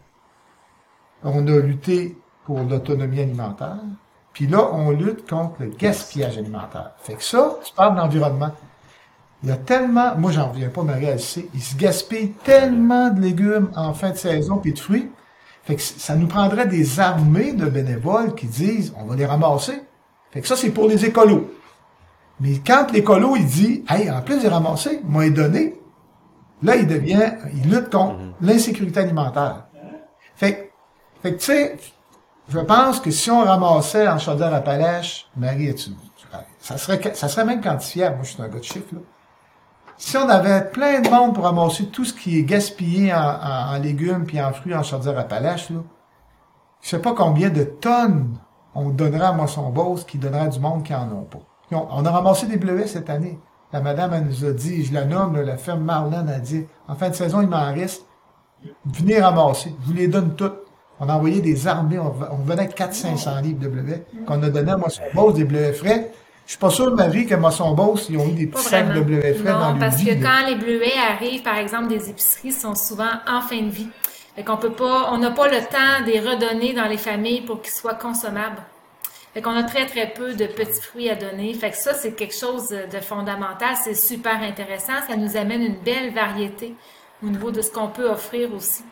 On a lutté pour l'autonomie alimentaire. Puis là, on lutte contre le gaspillage alimentaire. Fait que ça, tu parles d'environnement. Il y a tellement, moi j'en reviens pas, Marie, elle sait, il se gaspille tellement de légumes en fin de saison puis de fruits. Fait que ça nous prendrait des armées de bénévoles qui disent, on va les ramasser. Fait que ça, c'est pour les écolos. Mais quand l'écolo, il dit, hey, en plus de les ramasser, moi, les donner, là, il lutte contre l'insécurité alimentaire. Fait que, tu sais, je pense que si on ramassait en Chaudière-Appalaches, Marie, ça serait même quantifiable. Moi, je suis un gars de chiffres, là. Si on avait plein de monde pour ramasser tout ce qui est gaspillé en légumes puis en fruits en Chaudière-Appalaches, là, je sais pas combien de tonnes on donnerait à Moisson-Beauce qui donnerait du monde qui en ont pas. On a ramassé des bleuets cette année. La madame, elle nous a dit, je la nomme, la ferme Marlène a dit, en fin de saison, il m'en reste. Venez ramasser. Je vous les donne toutes. On a envoyé des armées. On venait avec 400-500 livres de bleuets qu'on a donné à Moisson-Beauce, des bleuets frais. Je suis pas sûr, Marie, que Moisson-Beauce, ils ont eu des petits sacs de bleuets frais dans le lit. Non, parce que quand les bleuets arrivent, par exemple, des épiceries, sont souvent en fin de vie. Fait qu'on peut pas, on n'a pas le temps de les redonner dans les familles pour qu'ils soient consommables. Fait qu'on a très, très peu de petits fruits à donner. Fait que ça, c'est quelque chose de fondamental. C'est super intéressant. Ça nous amène une belle variété au niveau de ce qu'on peut offrir aussi.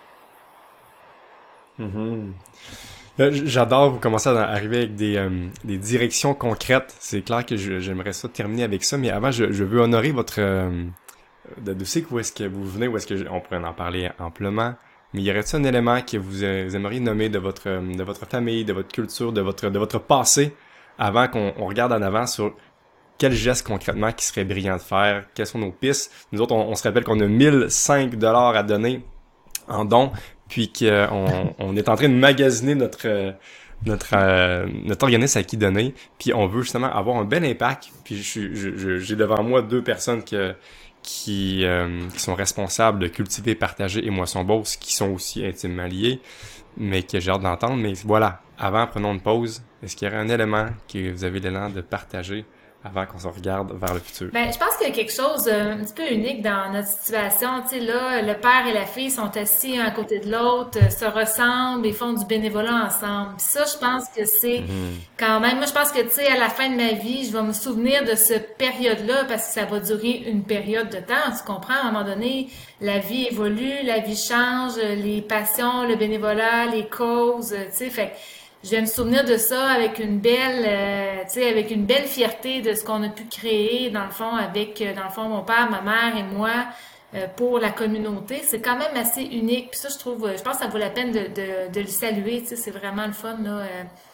J'adore vous commencer à arriver avec des directions concrètes. C'est clair que j'aimerais ça terminer avec ça, mais avant, je veux honorer votre... de sais où est-ce que vous venez, où est-ce que on pourrait en parler amplement, mais y aurait-il un élément que vous aimeriez nommer de votre famille, de votre culture, de votre passé, avant qu'on regarde en avant sur quel geste concrètement qui serait brillant de faire, quelles sont nos pistes. Nous autres, on se rappelle qu'on a 1005 $ à donner en dons, puis qu'on est en train de magasiner notre organisme à qui donner, puis on veut justement avoir un bel impact. Puis j'ai devant moi deux personnes qui sont responsables de Cultiver, Partager et Moisson-Beauce, qui sont aussi intimement liés, mais que j'ai hâte d'entendre. Mais voilà, avant, prenons une pause. Est-ce qu'il y aurait un élément que vous avez l'élan de partager avant qu'on se regarde vers le futur? Ben, je pense qu'il y a quelque chose un petit peu unique dans notre situation. Tu sais, là, le père et la fille sont assis un à côté de l'autre, se ressemblent et font du bénévolat ensemble. Puis ça, je pense que c'est quand même... Moi, je pense que, tu sais, à la fin de ma vie, je vais me souvenir de cette période-là parce que ça va durer une période de temps. Tu comprends? À un moment donné, la vie évolue, la vie change, les passions, le bénévolat, les causes, tu sais, fait je vais me souvenir de ça avec une belle, avec une belle fierté de ce qu'on a pu créer, dans le fond, avec, dans le fond, mon père, ma mère et moi, pour la communauté. C'est quand même assez unique. Puis ça, je pense que ça vaut la peine de le saluer, tu sais, c'est vraiment le fun, là.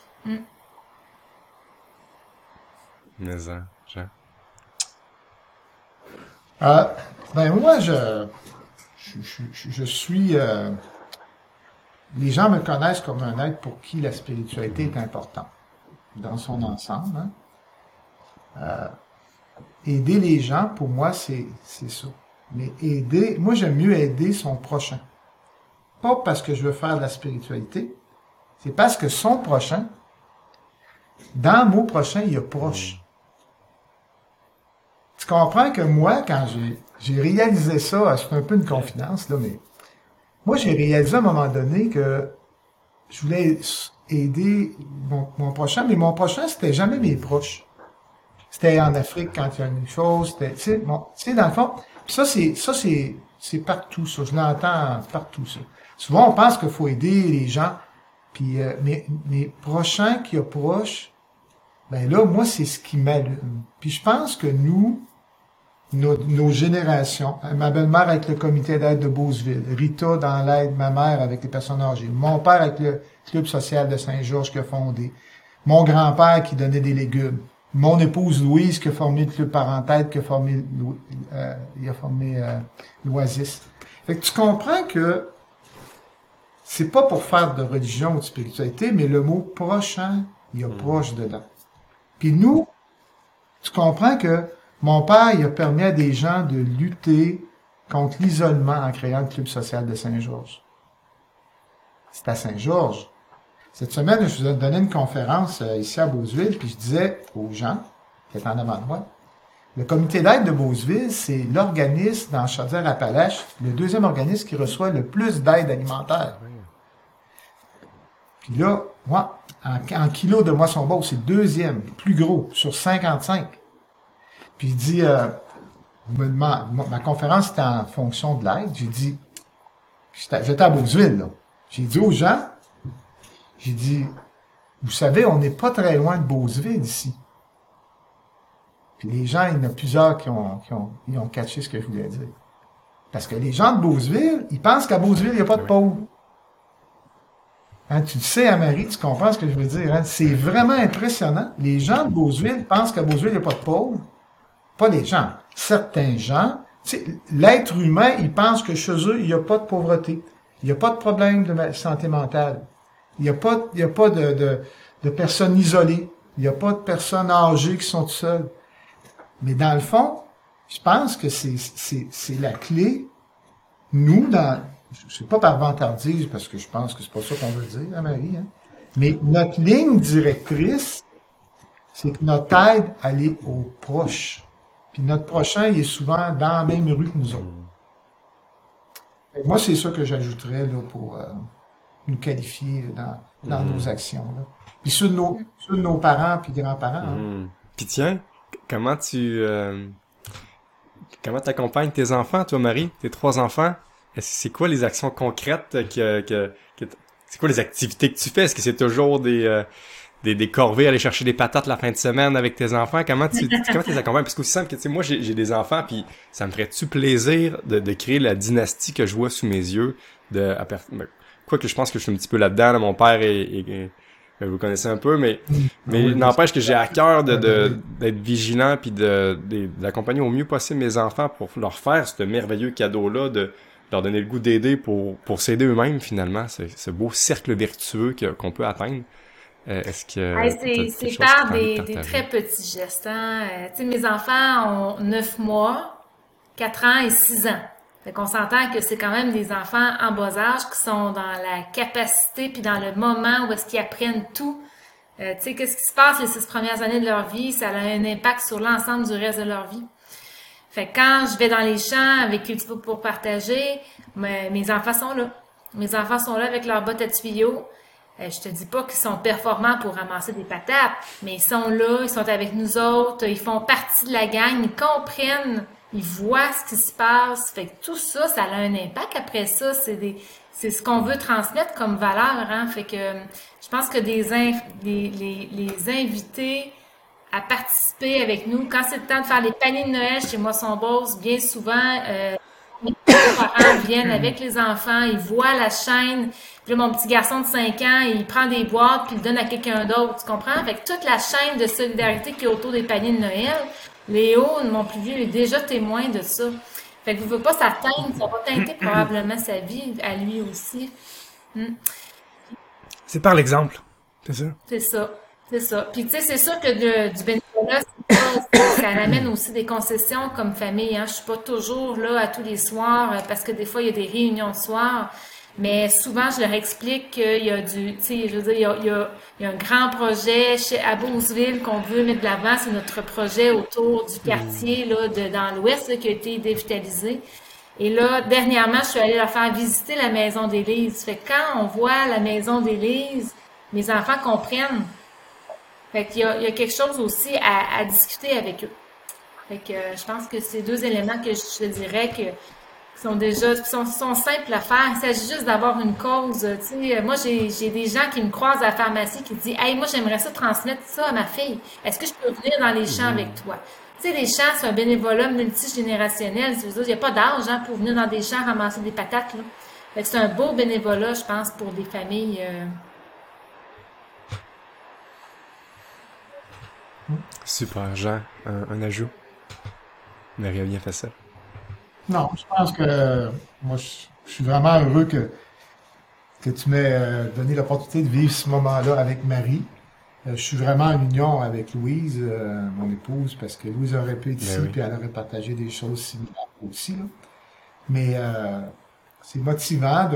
Mais ça, Jean. Ben, moi, je suis, les gens me connaissent comme un être pour qui la spiritualité est importante dans son ensemble. Hein? aider les gens, pour moi, c'est ça. Mais moi, j'aime mieux aider son prochain. Pas parce que je veux faire de la spiritualité, c'est parce que son prochain, dans le mot prochain, il y a proche. Tu comprends que moi, quand j'ai réalisé ça, c'est un peu une confidence, là, mais moi, j'ai réalisé à un moment donné que je voulais aider mon prochain, mais mon prochain, c'était jamais mes proches. C'était en Afrique quand il y a une chose, c'était, tu sais, dans le fond, ça, c'est partout, ça. Je l'entends partout, ça. Souvent, on pense qu'il faut aider les gens, puis mes prochains qui approchent, ben là, moi, c'est ce qui m'allume. Puis je pense que nos générations, ma belle-mère avec le comité d'aide de Beauceville, Rita dans l'aide, ma mère avec les personnes âgées, mon père avec le club social de Saint-Georges qui a fondé, mon grand-père qui donnait des légumes, mon épouse Louise qui a formé le club Parentède, qui a formé, l'Oasis. Fait que tu comprends que c'est pas pour faire de religion ou de spiritualité, mais le mot prochain, il y a proche dedans. Puis nous, tu comprends que mon père, il a permis à des gens de lutter contre l'isolement en créant le club social de Saint-Georges. C'est à Saint-Georges. Cette semaine, je vous ai donné une conférence ici à Beauceville, puis je disais aux gens qui étaient en avant de moi, le comité d'aide de Beauceville, c'est l'organisme dans Chaudière-Appalaches, le deuxième organisme qui reçoit le plus d'aide alimentaire. Puis là, moi, en kilos de moisson basse, c'est le deuxième, plus gros, sur 55. Puis il dit, ma conférence était en fonction de l'aide. J'ai dit, j'étais à Beauceville, là. J'ai dit aux gens, j'ai dit, vous savez, on n'est pas très loin de Beauceville ici. Puis les gens, il y en a plusieurs qui ont catché ce que je voulais dire. Parce que les gens de Beauceville, ils pensent qu'à Beauceville, il n'y a pas de pauvres. Hein, tu le sais, Anne-Marie, tu comprends ce que je veux dire. Hein? C'est vraiment impressionnant. Les gens de Beauceville pensent qu'à Beauceville, il n'y a pas de pauvres. Pas les gens. Certains gens, l'être humain, il pense que chez eux, il n'y a pas de pauvreté. Il n'y a pas de problème de santé mentale. Il n'y a pas de personnes isolées. Il n'y a pas de personnes âgées qui sont toutes seules. Mais dans le fond, je pense que c'est la clé. Nous, c'est pas par vantardise, parce que je pense que c'est pas ça qu'on veut dire, hein, Marie, hein? Mais notre ligne directrice, c'est que notre aide, elle est aux proches. Puis notre prochain, il est souvent dans la même rue que nous autres. Et moi, c'est ça que j'ajouterais là, pour nous qualifier dans nos actions. Là. Puis ceux de nos parents puis grands-parents. Hein. Puis tiens, comment t'accompagnes tes enfants, toi, Marie, tes 3 enfants? C'est quoi les actions concrètes c'est quoi les activités que tu fais? Est-ce que c'est toujours des corvées, aller chercher des patates la fin de semaine avec tes enfants? Comment tu les accompagnes? Parce qu'aussi simple que, tu sais, moi, j'ai des enfants, puis ça me ferait-tu plaisir de créer la dynastie que je vois sous mes yeux quoique je pense que je suis un petit peu là-dedans, là, mon père vous connaissez un peu, mais n'empêche que j'ai à cœur d'être vigilant puis d'accompagner au mieux possible mes enfants pour leur faire ce merveilleux cadeau-là, de leur donner le goût d'aider pour s'aider eux-mêmes, finalement, ce beau cercle vertueux qu'on peut atteindre. Est-ce que c'est par des très petits gestes. Hein? Tu sais, mes enfants ont 9 mois, 4 ans et 6 ans. Fait qu'on s'entend que c'est quand même des enfants en bas âge qui sont dans la capacité puis dans le moment où est-ce qu'ils apprennent tout. Tu sais, qu'est-ce qui se passe les 6 premières années de leur vie, ça a un impact sur l'ensemble du reste de leur vie. Fait que quand je vais dans les champs avec Cultivo pour partager, mes enfants sont là. Mes enfants sont là avec leurs bottes à tuyaux. Je te dis pas qu'ils sont performants pour ramasser des patates, mais ils sont là, ils sont avec nous autres, ils font partie de la gang, ils comprennent, ils voient ce qui se passe. Fait que tout ça, ça a un impact après ça. C'est ce qu'on veut transmettre comme valeur, hein. Fait que je pense que les invités à participer avec nous, quand c'est le temps de faire les paniers de Noël chez Moisson Beauce, bien souvent, les parents viennent avec les enfants, ils voient la chaîne. Puis là, mon petit garçon de 5 ans, il prend des boîtes puis il donne à quelqu'un d'autre, tu comprends? Fait que toute la chaîne de solidarité qui est autour des paniers de Noël, Léo, mon plus vieux, est déjà témoin de ça. Fait que vous ne pouvez pas s'atteindre, ça va teinter probablement sa vie à lui aussi. C'est par l'exemple, c'est ça? C'est ça. C'est ça. Puis tu sais, c'est sûr que du bénévolat, ça amène aussi des concessions comme famille. Hein. Je suis pas toujours là à tous les soirs parce que des fois il y a des réunions de soir. Mais souvent, je leur explique qu'il y a tu sais, je veux dire, il y a un grand projet à Beauceville qu'on veut mettre de l'avant. C'est notre projet autour du quartier, là, dans l'Ouest, là, qui a été dévitalisé. Et là, dernièrement, je suis allée leur faire visiter la maison d'Élise. Fait que quand on voit la maison d'Élise, mes enfants comprennent. Fait qu'il y a quelque chose aussi à discuter avec eux. Fait que je pense que c'est deux éléments que je te dirais qui sont déjà sont simples à faire. Il s'agit juste d'avoir une cause. Tu sais, moi, j'ai des gens qui me croisent à la pharmacie qui disent Hey, moi, j'aimerais ça transmettre ça à ma fille. Est-ce que je peux venir dans les champs avec toi? Tu sais, les champs, c'est un bénévolat multigénérationnel. Il n'y a pas d'âge hein, pour venir dans des champs ramasser des patates. Là. Fait que c'est un beau bénévolat, je pense, pour des familles. Super, Jean, un ajout. Marie a bien fait ça. Non, je pense que moi, je suis vraiment heureux que tu m'aies donné l'opportunité de vivre ce moment-là avec Marie. Je suis vraiment en union avec Louise, mon épouse, parce que Louise aurait pu être ici, Oui. puis elle aurait partagé des choses similaires aussi. Là. Mais c'est motivant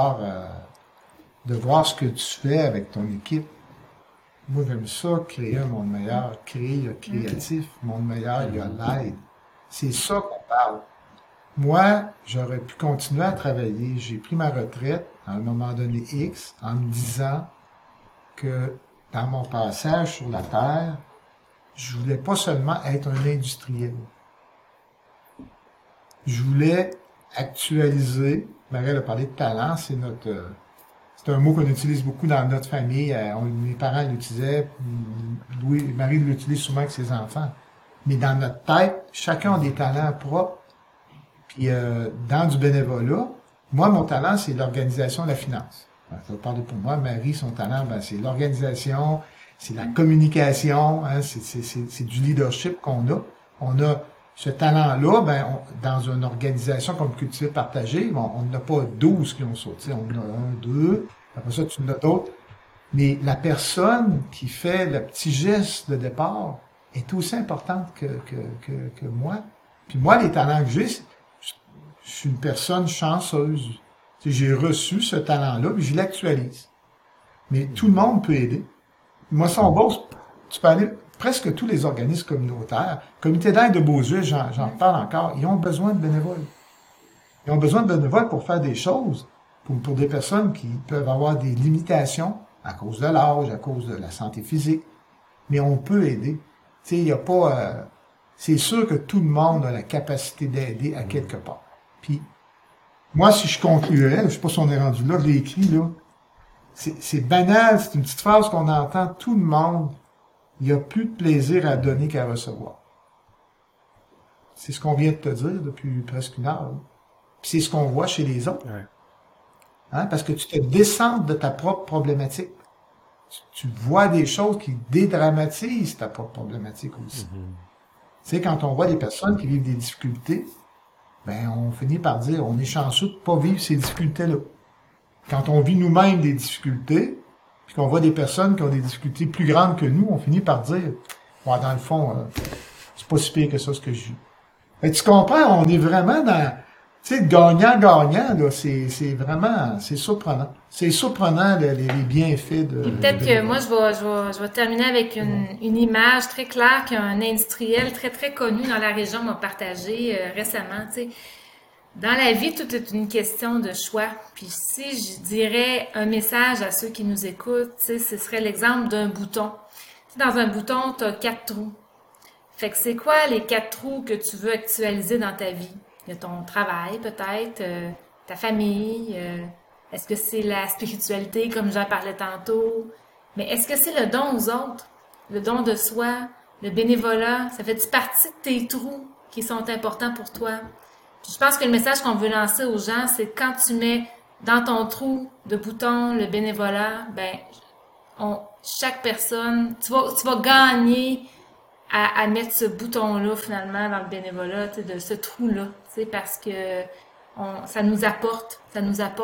de voir ce que tu fais avec ton équipe. Moi, j'aime ça, créer un monde meilleur, créer le créatif, monde meilleur, il y a l'aide. C'est ça qu'on parle. Moi, j'aurais pu continuer à travailler. J'ai pris ma retraite à un moment donné X en me disant que dans mon passage sur la Terre, je voulais pas seulement être un industriel. Je voulais actualiser. Marie a parlé de talent, c'est un mot qu'on utilise beaucoup dans notre famille. Mes parents l'utilisaient, Marie l'utilise souvent avec ses enfants. Mais dans notre tête, chacun a des talents propres. Puis dans du bénévolat, moi, mon talent, c'est l'organisation de la finance. Je vais parler pour moi. Marie, son talent, c'est l'organisation, c'est la communication, hein, c'est du leadership qu'on a. On a ce talent-là, dans une organisation comme Cultiver Partager, on n'a pas 12 qui ont sauté. On en a un, deux, après ça, tu en as d'autres. Mais la personne qui fait le petit geste de départ est aussi importante que moi. Puis moi, les talents que j'ai, je suis une personne chanceuse. Tu sais, j'ai reçu ce talent-là, puis je l'actualise. Mais tout le monde peut aider. Moi, son boss, tu peux aller presque tous les organismes communautaires. Comité d'aide de Beaujeu, j'en parle encore, ils ont besoin de bénévoles. Ils ont besoin de bénévoles pour faire des choses, pour des personnes qui peuvent avoir des limitations à cause de l'âge, à cause de la santé physique. Mais on peut aider. Tu sais, il n'y a pas... c'est sûr que tout le monde a la capacité d'aider à quelque part. Puis, moi, si je conclurais, je sais pas si on est rendu là, je l'ai écrit, là, c'est banal, c'est une petite phrase qu'on entend, tout le monde, il n'y a plus de plaisir à donner qu'à recevoir. C'est ce qu'on vient de te dire depuis presque une heure. Là. Puis c'est ce qu'on voit chez les autres. Ouais. Hein, parce que tu te descends de ta propre problématique. Tu vois des choses qui dédramatisent ta propre problématique aussi. Tu sais, quand on voit des personnes qui vivent des difficultés, on finit par dire, on est chanceux de ne pas vivre ces difficultés-là. Quand on vit nous-mêmes des difficultés, puis qu'on voit des personnes qui ont des difficultés plus grandes que nous, on finit par dire, dans le fond, c'est pas si pire que ça ce que je vis. Mais tu comprends, on est vraiment dans, tu sais, gagnant-gagnant, là, c'est vraiment, c'est surprenant. C'est surprenant les bienfaits de... Peut-être que moi, je vais terminer avec une image très claire qu'un industriel très, très connu dans la région m'a partagée récemment, tu sais. Dans la vie, tout est une question de choix. Puis si je dirais un message à ceux qui nous écoutent, tu sais, ce serait l'exemple d'un bouton. Tu sais, dans un bouton, tu as 4 trous. Fait que c'est quoi les 4 trous que tu veux actualiser dans ta vie? Il y a ton travail, peut-être, ta famille, est-ce que c'est la spiritualité, comme j'en parlais tantôt? Mais est-ce que c'est le don aux autres? Le don de soi, le bénévolat, ça fait partie de tes trous qui sont importants pour toi? Puis je pense que le message qu'on veut lancer aux gens, c'est quand tu mets dans ton trou de bouton le bénévolat, chaque personne, tu vas gagner à mettre ce bouton-là finalement dans le bénévolat, tu sais, de ce trou-là, tu sais, parce que ça nous apporte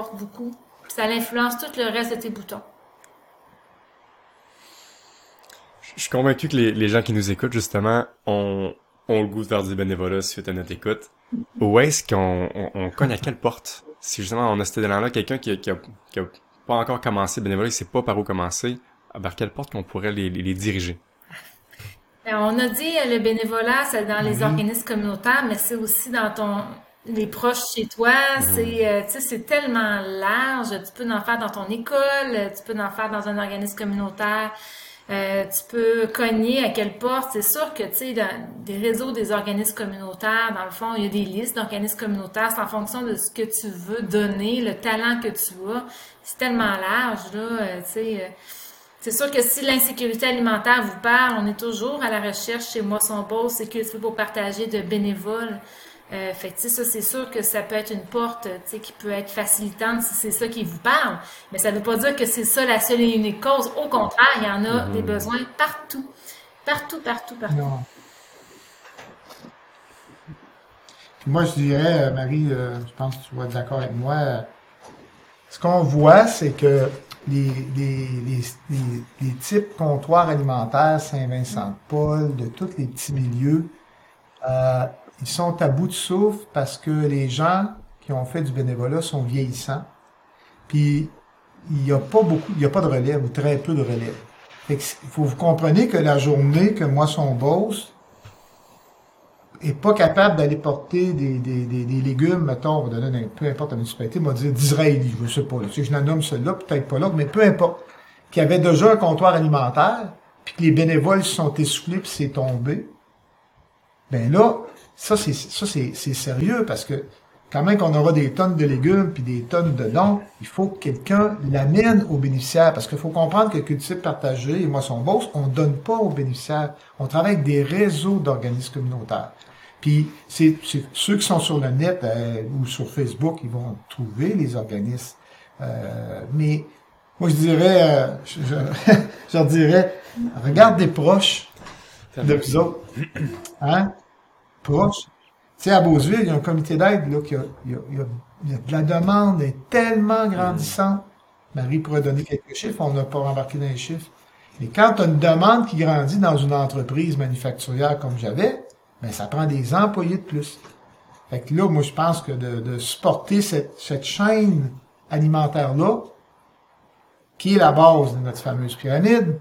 beaucoup. Puis ça influence tout le reste de tes boutons. Je suis convaincu que les gens qui nous écoutent, justement, ont le goût de faire du bénévolat suite à notre écoute. Où est-ce qu'on cogne à quelle porte? Si justement on a cet élan-là, quelqu'un qui a pas encore commencé le bénévolat, il sait pas par où commencer, vers quelle porte qu'on pourrait les diriger? On a dit le bénévolat, c'est dans les organismes communautaires, mais c'est aussi dans les proches chez toi. C'est, tu sais, c'est tellement large. Tu peux en faire dans ton école, tu peux en faire dans un organisme communautaire. Tu peux cogner à quelle porte. C'est sûr que, tu sais, dans des réseaux des organismes communautaires, dans le fond, il y a des listes d'organismes communautaires. C'est en fonction de ce que tu veux donner, le talent que tu as. C'est tellement large, là, tu sais. C'est sûr que si l'insécurité alimentaire vous parle, on est toujours à la recherche chez Moisson Beauce, Sécurité pour partager de bénévoles. Fait que, tu sais, ça, c'est sûr que ça peut être une porte, tu sais, qui peut être facilitante si c'est ça qui vous parle. Mais ça ne veut pas dire que c'est ça la seule et unique cause. Au contraire, il y en a des besoins partout. Partout, partout, partout. Non. Puis moi, je dirais, Marie, je pense que tu vas être d'accord avec moi. Ce qu'on voit, c'est que les types comptoirs alimentaires, Saint-Vincent-de-Paul, de tous les petits milieux, ils sont à bout de souffle parce que les gens qui ont fait du bénévolat sont vieillissants. Puis, il n'y a pas de relève ou très peu de relève. Fait que vous comprenez que la journée que Moisson Beauce est pas capable d'aller porter des légumes, mettons, on va donner peu importe la municipalité, on va dire d'Israéli, je sais pas, là, si je n'en nomme celui-là, peut-être pas l'autre, mais peu importe, qui avait déjà un comptoir alimentaire, puis que les bénévoles se sont essoufflés puis c'est tombé, ben là, ça c'est sérieux parce que quand même qu'on aura des tonnes de légumes puis des tonnes de dons, il faut que quelqu'un l'amène aux bénéficiaires parce qu'il faut comprendre que Cultive Partagé et Moisson Beauce, on donne pas aux bénéficiaires, on travaille avec des réseaux d'organismes communautaires. Puis c'est ceux qui sont sur le net ou sur Facebook, ils vont trouver les organismes. Mais moi je dirais, je leur dirais, regarde des proches de vous autres, hein, proches. Tu sais, à Beauceville, il y a un comité d'aide là il y a de la demande est tellement grandissante. Marie pourrait donner quelques chiffres, on n'a pas embarqué dans les chiffres. Et quand tu as une demande qui grandit dans une entreprise manufacturière comme j'avais, ben ça prend des employés de plus. Fait que là, moi, je pense que de supporter cette chaîne alimentaire-là, qui est la base de notre fameuse pyramide,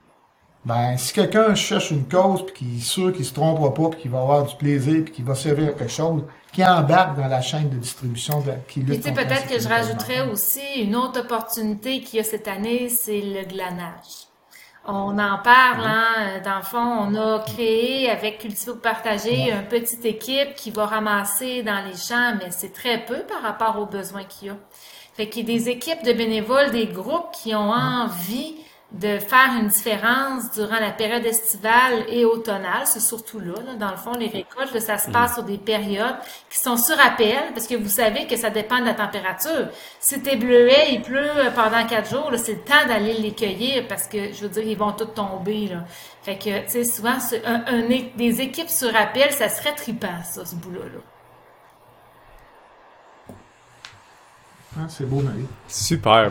ben, si quelqu'un cherche une cause, puis qui est sûr qu'il se trompera pas, puis qu'il va avoir du plaisir, puis qu'il va servir à quelque chose, qui embarque dans la chaîne de distribution qui lutte. Puis tu sais, peut-être que je rajouterais aussi une autre opportunité qu'il y a cette année, c'est le glanage. On en parle, hein, dans le fond, on a créé avec Cultiver pour partager une petite équipe qui va ramasser dans les champs, mais c'est très peu par rapport aux besoins qu'il y a. Fait qu'il y a des équipes de bénévoles, des groupes qui ont envie de faire une différence durant la période estivale et automnale. C'est surtout là, dans le fond, les récoltes, là, ça se passe sur des périodes qui sont sur appel, parce que vous savez que ça dépend de la température. Si tes bleuets, il pleut pendant 4 jours, là, c'est le temps d'aller les cueillir, parce que, je veux dire, ils vont tous tomber, là. Fait que, tu sais, souvent, des équipes sur appel, ça serait trippant, ça, ce bout-là, là. Ah, c'est beau, Marie. Super.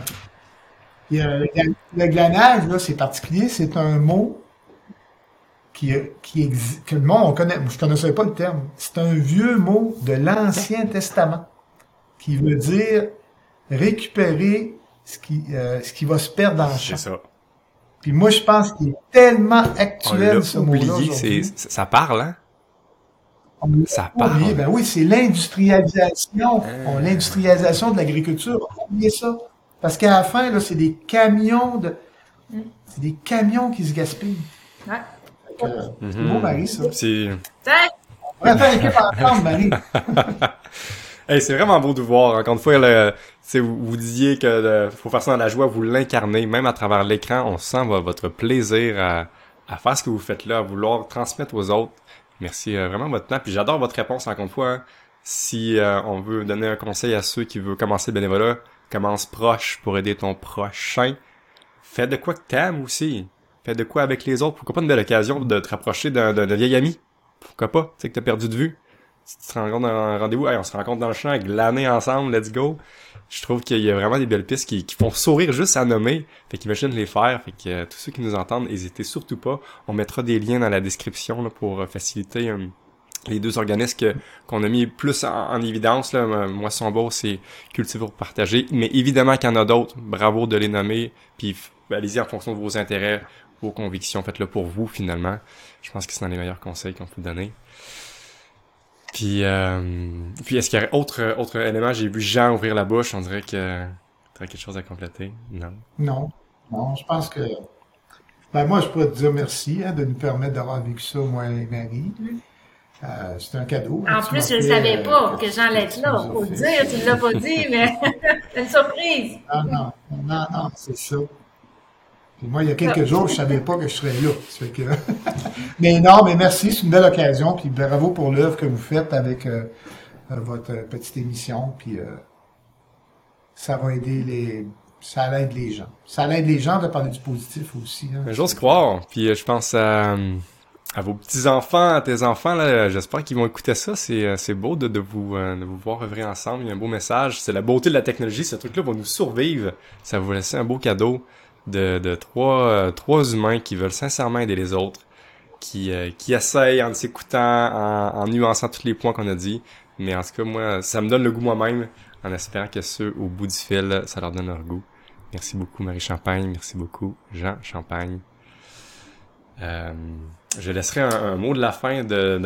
Le glanage, là, c'est particulier. C'est un mot que le monde, on connaît. Je connaissais pas le terme. C'est un vieux mot de l'Ancien Testament qui veut dire récupérer ce qui va se perdre dans le champ. C'est ça. Puis moi, je pense qu'il est tellement actuel, ce mot-là. Ça parle, hein? Ça parle. Oublié. Ben oui, c'est l'industrialisation. L'industrialisation de l'agriculture. On a oublié ça. Parce qu'à la fin, là, c'est des camions qui se gaspillent. Ouais. C'est beau, Marie, ça. On va faire l'équipe ensemble, Marie. Hey, c'est vraiment beau de voir. Encore une fois, vous disiez que faut faire ça dans la joie, vous l'incarnez, même à travers l'écran, on sent votre plaisir à faire ce que vous faites là, à vouloir transmettre aux autres. Merci vraiment de votre temps. Puis j'adore votre réponse, encore une fois. Hein. Si on veut donner un conseil à ceux qui veulent commencer le bénévolat, commence proche pour aider ton prochain. Fais de quoi que t'aimes aussi. Fais de quoi avec les autres. Pourquoi pas une belle occasion de te rapprocher d'un vieil ami? Pourquoi pas? Tu sais que t'as perdu de vue. tu te rencontres dans un rendez-vous, hey, on se rencontre dans le champ, glaner ensemble, let's go. Je trouve qu'il y a vraiment des belles pistes qui font sourire juste à nommer. Fait qu'imagine les faire. Fait que tous ceux qui nous entendent, n'hésitez surtout pas. On mettra des liens dans la description là, pour faciliter les deux organismes qu'on a mis plus en évidence. Là. Moisson Bourse, c'est Cultiver pour partager. Mais évidemment qu'il y en a d'autres. Bravo de les nommer. Puis allez-y en fonction de vos intérêts, vos convictions. Faites-le pour vous, finalement. Je pense que c'est dans les meilleurs conseils qu'on peut donner. Puis est-ce qu'il y aurait autre élément? J'ai vu Jean ouvrir la bouche. On dirait que tu aurais quelque chose à compléter. Non. Non, je pense que... Ben moi, je pourrais te dire merci de nous permettre d'avoir vécu ça, moi et Marie. C'est un cadeau. En plus, je ne savais pas que Jean allait être là. Faut le dire, tu ne l'as pas dit, mais c'est une surprise. Non, c'est ça. Puis moi, il y a quelques jours, je ne savais pas que je serais là. Ça fait que... mais merci, c'est une belle occasion. Puis bravo pour l'œuvre que vous faites avec votre petite émission. Puis ça va aider ça aide les gens. Ça aide les gens de parler du positif aussi. Hein. J'ose croire. Puis je pense à vos petits-enfants, à tes enfants, là, j'espère qu'ils vont écouter ça. C'est beau de vous voir œuvrer ensemble. Il y a un beau message. C'est la beauté de la technologie. Ce truc-là va nous survivre. Ça va vous laisser un beau cadeau de trois humains qui veulent sincèrement aider les autres, qui essayent en s'écoutant, en nuançant tous les points qu'on a dit. Mais en tout cas, moi, ça me donne le goût moi-même, en espérant que ceux au bout du fil, ça leur donne leur goût. Merci beaucoup, Marie Champagne. Merci beaucoup, Jean Champagne. Je laisserai un mot de la fin de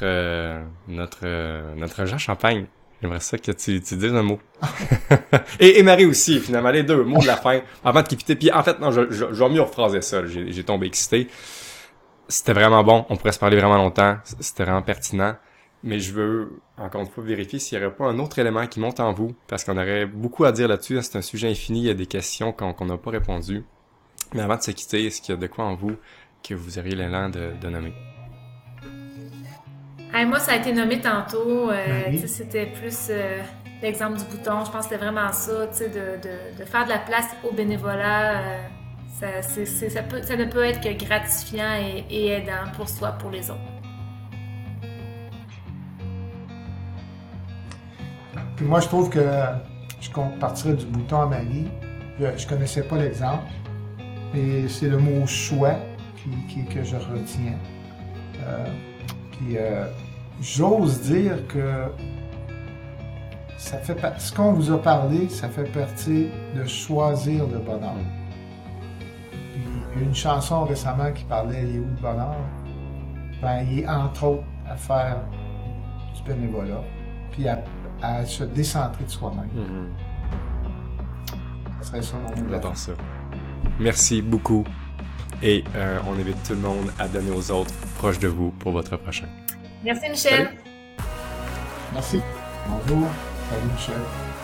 notre Jean Champagne. J'aimerais ça que tu dises un mot. et Marie aussi, finalement, les deux mots de la fin, avant de quitter. Puis en fait, non, je vais mieux rephraser ça. J'ai tombé excité. C'était vraiment bon. On pourrait se parler vraiment longtemps. C'était vraiment pertinent. Mais je veux, encore une fois, vérifier s'il n'y aurait pas un autre élément qui monte en vous. Parce qu'on aurait beaucoup à dire là-dessus. C'est un sujet infini. Il y a des questions qu'on n'a pas répondu. Mais avant de se quitter, est-ce qu'il y a de quoi en vous que vous auriez l'élan de nommer? Moi, ça a été nommé tantôt. C'était plus l'exemple du bouton. Je pense que c'était vraiment ça, de faire de la place au bénévolat. Ça ne peut être que gratifiant et aidant pour soi, pour les autres. Puis moi, je trouve que je partirais du bouton à Marie. Je connaissais pas l'exemple, mais c'est le mot choix que je retiens. Puis j'ose dire que ça fait ce qu'on vous a parlé, ça fait partie de choisir le bonheur. Puis il y a une chanson récemment qui parlait « Il est où le bonheur? » Ben, il est entre autres à faire du bénévolat, puis à se décentrer de soi-même. Ça serait ça mon mot. J'adore ça. Merci beaucoup. Et on invite tout le monde à donner aux autres proches de vous pour votre prochain. Merci Michel. Salut. Merci. Bonjour. Salut Michel.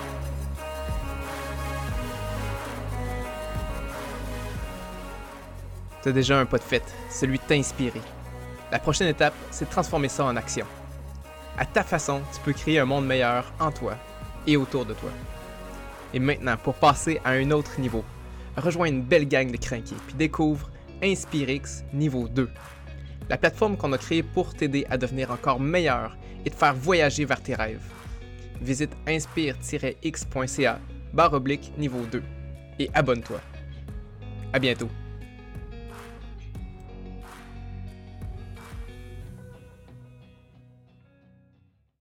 Tu as déjà un pas de fait, celui de t'inspirer. La prochaine étape, c'est de transformer ça en action. À ta façon, tu peux créer un monde meilleur en toi et autour de toi. Et maintenant, pour passer à un autre niveau, rejoins une belle gang de crinqués puis découvre InspireX niveau 2. La plateforme qu'on a créée pour t'aider à devenir encore meilleur et te faire voyager vers tes rêves. Visite inspire-x.ca/niveau 2 et abonne-toi. À bientôt.